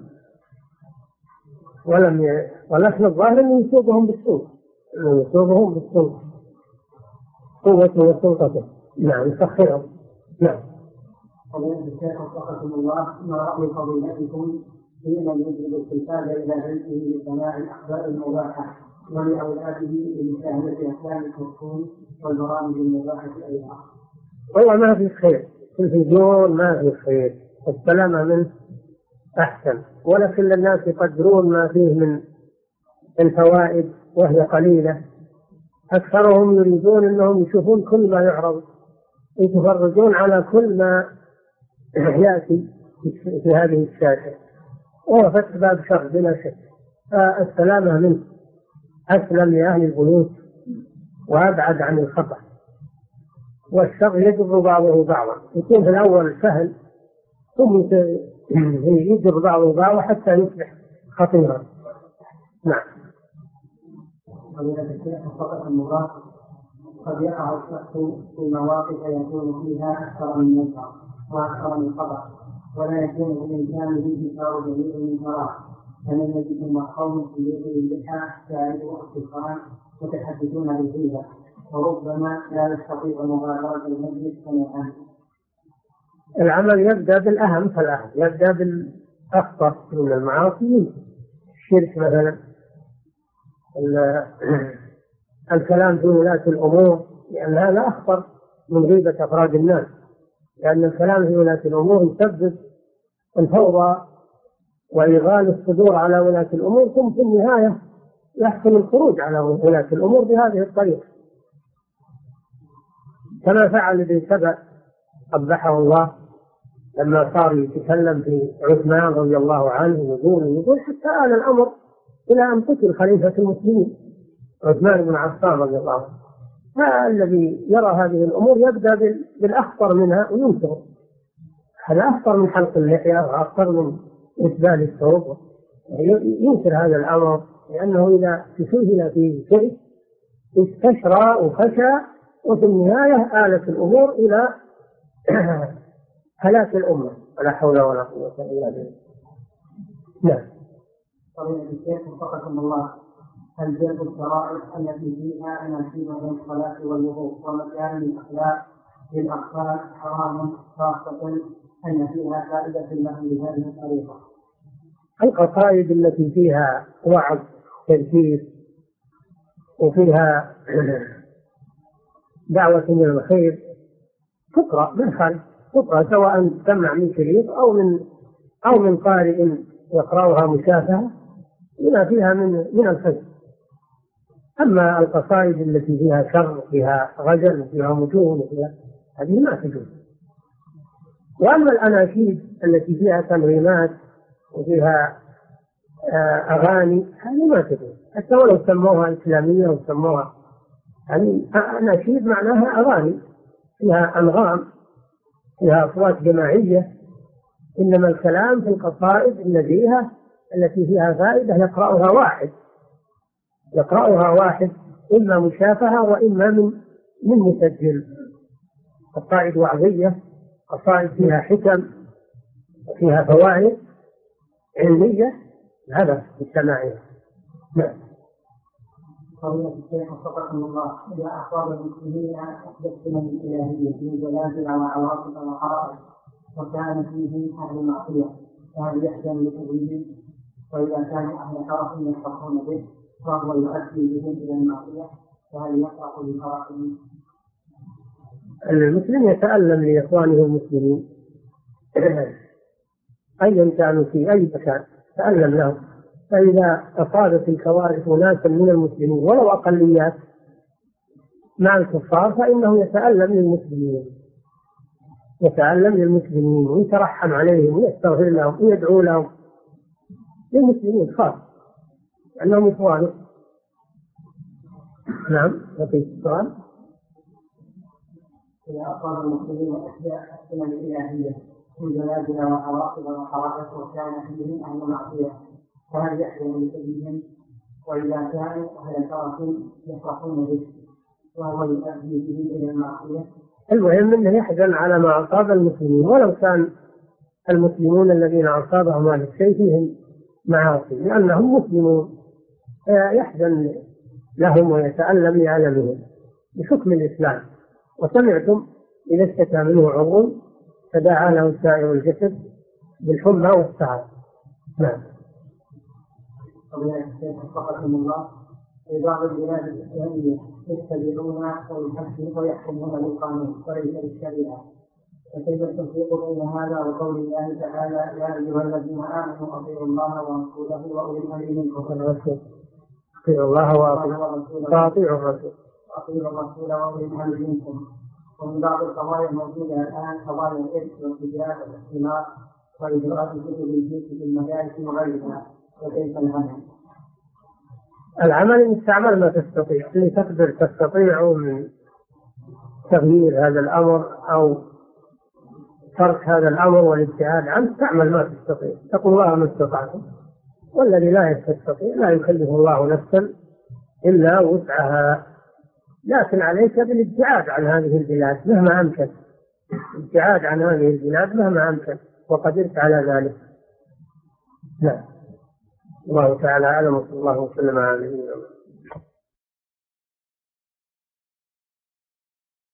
ولم ي... ولكن الظاهر أنه يسوقهم بالسوق، أنه يسوقهم بالسوق قوته وسلطته. نعم، يسخرهم. نعم. فضيلة الشيخ وفقكم الله، ما رأي فضيلتكم في من يجلب التلفاز إلى بيته لسماع الأخبار المباحة ولأولاده لمشاهدة أفلام الكرتون والبرامج المباحة أيضا؟ والله ما في خير، التلفزيون ما في خير، السلامة منه أحسن، ولا كل الناس يقدرون ما فيه من الفوائد وهي قليلة. أكثرهم يريدون أنهم يشوفون كل ما يعرض، يتفرجون على كل ما يأتي في هذه الشاشة، وهو فتح باب شر بلا شك. فالسلامة منه أسلم لأهل البيوت وأبعد عن الخطأ، والشر يجر بعضه بعضا، يكون في الأول سهل ثم يجر بعضه بعضا حتى يصبح خطيرا. نعم. فضيلة الشيخ وفقكم الله، قد يقع الشخص في مواقف يكون فيها أكثر من يسعى وأكثر من خطأ ولا يكون بإمكانه إنكار جميع المنكرات، فمن يجد مع قوم في يده اللحى سائر الطوفان متحدثون بالغيبة وربما لا يستطيع مغادرة المجلس كما. العمل يبدأ بالأهم فالأهم، يبدأ بالأخطر من المعاصي، الشرك مثلا، الكلام في ولاة الأمور، لأن هذا أخطر من غيبة أفراد الناس، لأن الكلام في ولاة الأمور يسبب الفوضى وإغال الصدور على ولاة الأمور، ثم في النهاية يحصل الخروج على ولاة الأمور بهذه الطريقة، كما فعل ابن سبأ قبحه الله لما صار يتكلم في عثمان رضي الله عنه يقول يقول حتى آل الأمر إلى أن قتل خليفة المسلمين عثمان بن عفان رضي الله عنه. فالذي يرى هذه الأمور يبدأ بالأخطر منها وينكره، هذا أخطر من حلق اللحية وأخطر من إسبال الثوب، ينكر هذا الأمر، لأنه إذا تسهل فيه شيء استشرى وخشى، وفي النهاية آلت الأمور إلى هلاك الأمة، ولا حول ولا قوة إلا بالله. نعم. فضيلة الشيخ وفقكم الله، هل جلب الشرائع التي فيها أناشيد بين الصلاة والوضوء ومكان الأخلاق للأطفال حرام، خاصة أن فيها فائدة لهم بهذه الطريقة؟ القصائد التي فيها وعظ تذكير وفيها دعوة إلى الخير تقرأ من خلف، تقرأ سواء تسمع من شريط أو من أو من قارئ يقرأها مشافهة لما فيها من من الخير. أما القصائد التي فيها شر وفيها غزل وفيها مجون وفيها هذه ما تجوز. وأما الأناشيد التي فيها تمرينات وفيها أغاني هذه ما تجوز، حتى ولو سموها إسلامية وسموها يعني أناشيد معناها أغاني فيها أنغام فيها أصوات جماعية. إنما الكلام في القصائد النزيهة التي فيها فائدة يقرأها واحد يقرأها واحد إما مشافهة وإما من من مسجل. قصائد وعظية، قصائد فيها حكم وفيها فوائد علمية، هذا السماعية. نعم. فضيلة الشيخ وفقكم الله، إذا أصاب المسلمين إحدى السنن الإلهية في زلازل وعواصف وحرائق وكان فيهم أهل معصية فهل يحزن لتغييره؟ وإذا كانوا أهل شرف يفرحون به فهو يؤدي بهم إلى المعصية فهل يفرح بفرحهم؟ المسلم يتألم لإخوانه المسلمين أيا كانوا في أي مكان تألم لهم، فإذا أصابت الكوارث ناسا من المسلمين ولو أقليات مع الكفار فإنه يتألم للمسلمين يتألم للمسلمين ويترحم عليهم ويستغفر لهم ويدعو لهم، للمسلمين خاص لأنهم إخوانه. نعم. وفي السؤال إذا أصاب المسلمين إحدى السنن الإلهية من زلازل وعواصف وحرائق وكان فيهم أهل معصية فهل يحزن لسبيلهم؟ وإذا كانوا أهل شرف يفرحون به وهو يؤدي به إلى المعصية؟ المهم أنه يحزن على ما أصاب المسلمين ولو كان المسلمون الذين أصابهم هذا الشيء فيهم معاصي لأنهم مسلمون، يحزن لهم ويتألم لألمهم بحكم الإسلام. وسمعتم إذا اشتكى منه عضو فدعا له سائر الجسد بالحمى والسعر. نعم. فضيلة الشيخ وفقكم الله، في بعض البلاد الإسلامية يتبعون ويحكمون ويحكمون بالقانون وليس بالشريعة، فكيف التفريق بين هذا وقول الله تعالى يا أيها الذين آمنوا أطيعوا الله ورسوله وأولي الأمر منكم؟ أطيعوا الله وأطيعوا الرسول وأطيعوا الرسول وأولي الأمر منكم. ومن بعض القضايا الموجودة الآن قضايا الإرث والتجارة والاحتمال وإجراء كتب الجنس في المدارس وغيرها، وكيف العمل؟ العمل إن استعمل ما تستطيع، اللي تقدر تستطيع من تغيير هذا الأمر أو ترك هذا الأمر والابتعاد عنه تعمل ما تستطيع، تقول الله ما استطعتم، والذي لا يستطيع لا يكلف الله نفسا إلا وسعها، لكن عليك بالابتعاد عن هذه البلاد مهما أمكن، الابتعاد عن هذه البلاد مهما أمكن وقدرت على ذلك. نعم. الله تعالى أعلم وصلى الله وسلم على نبينا محمد.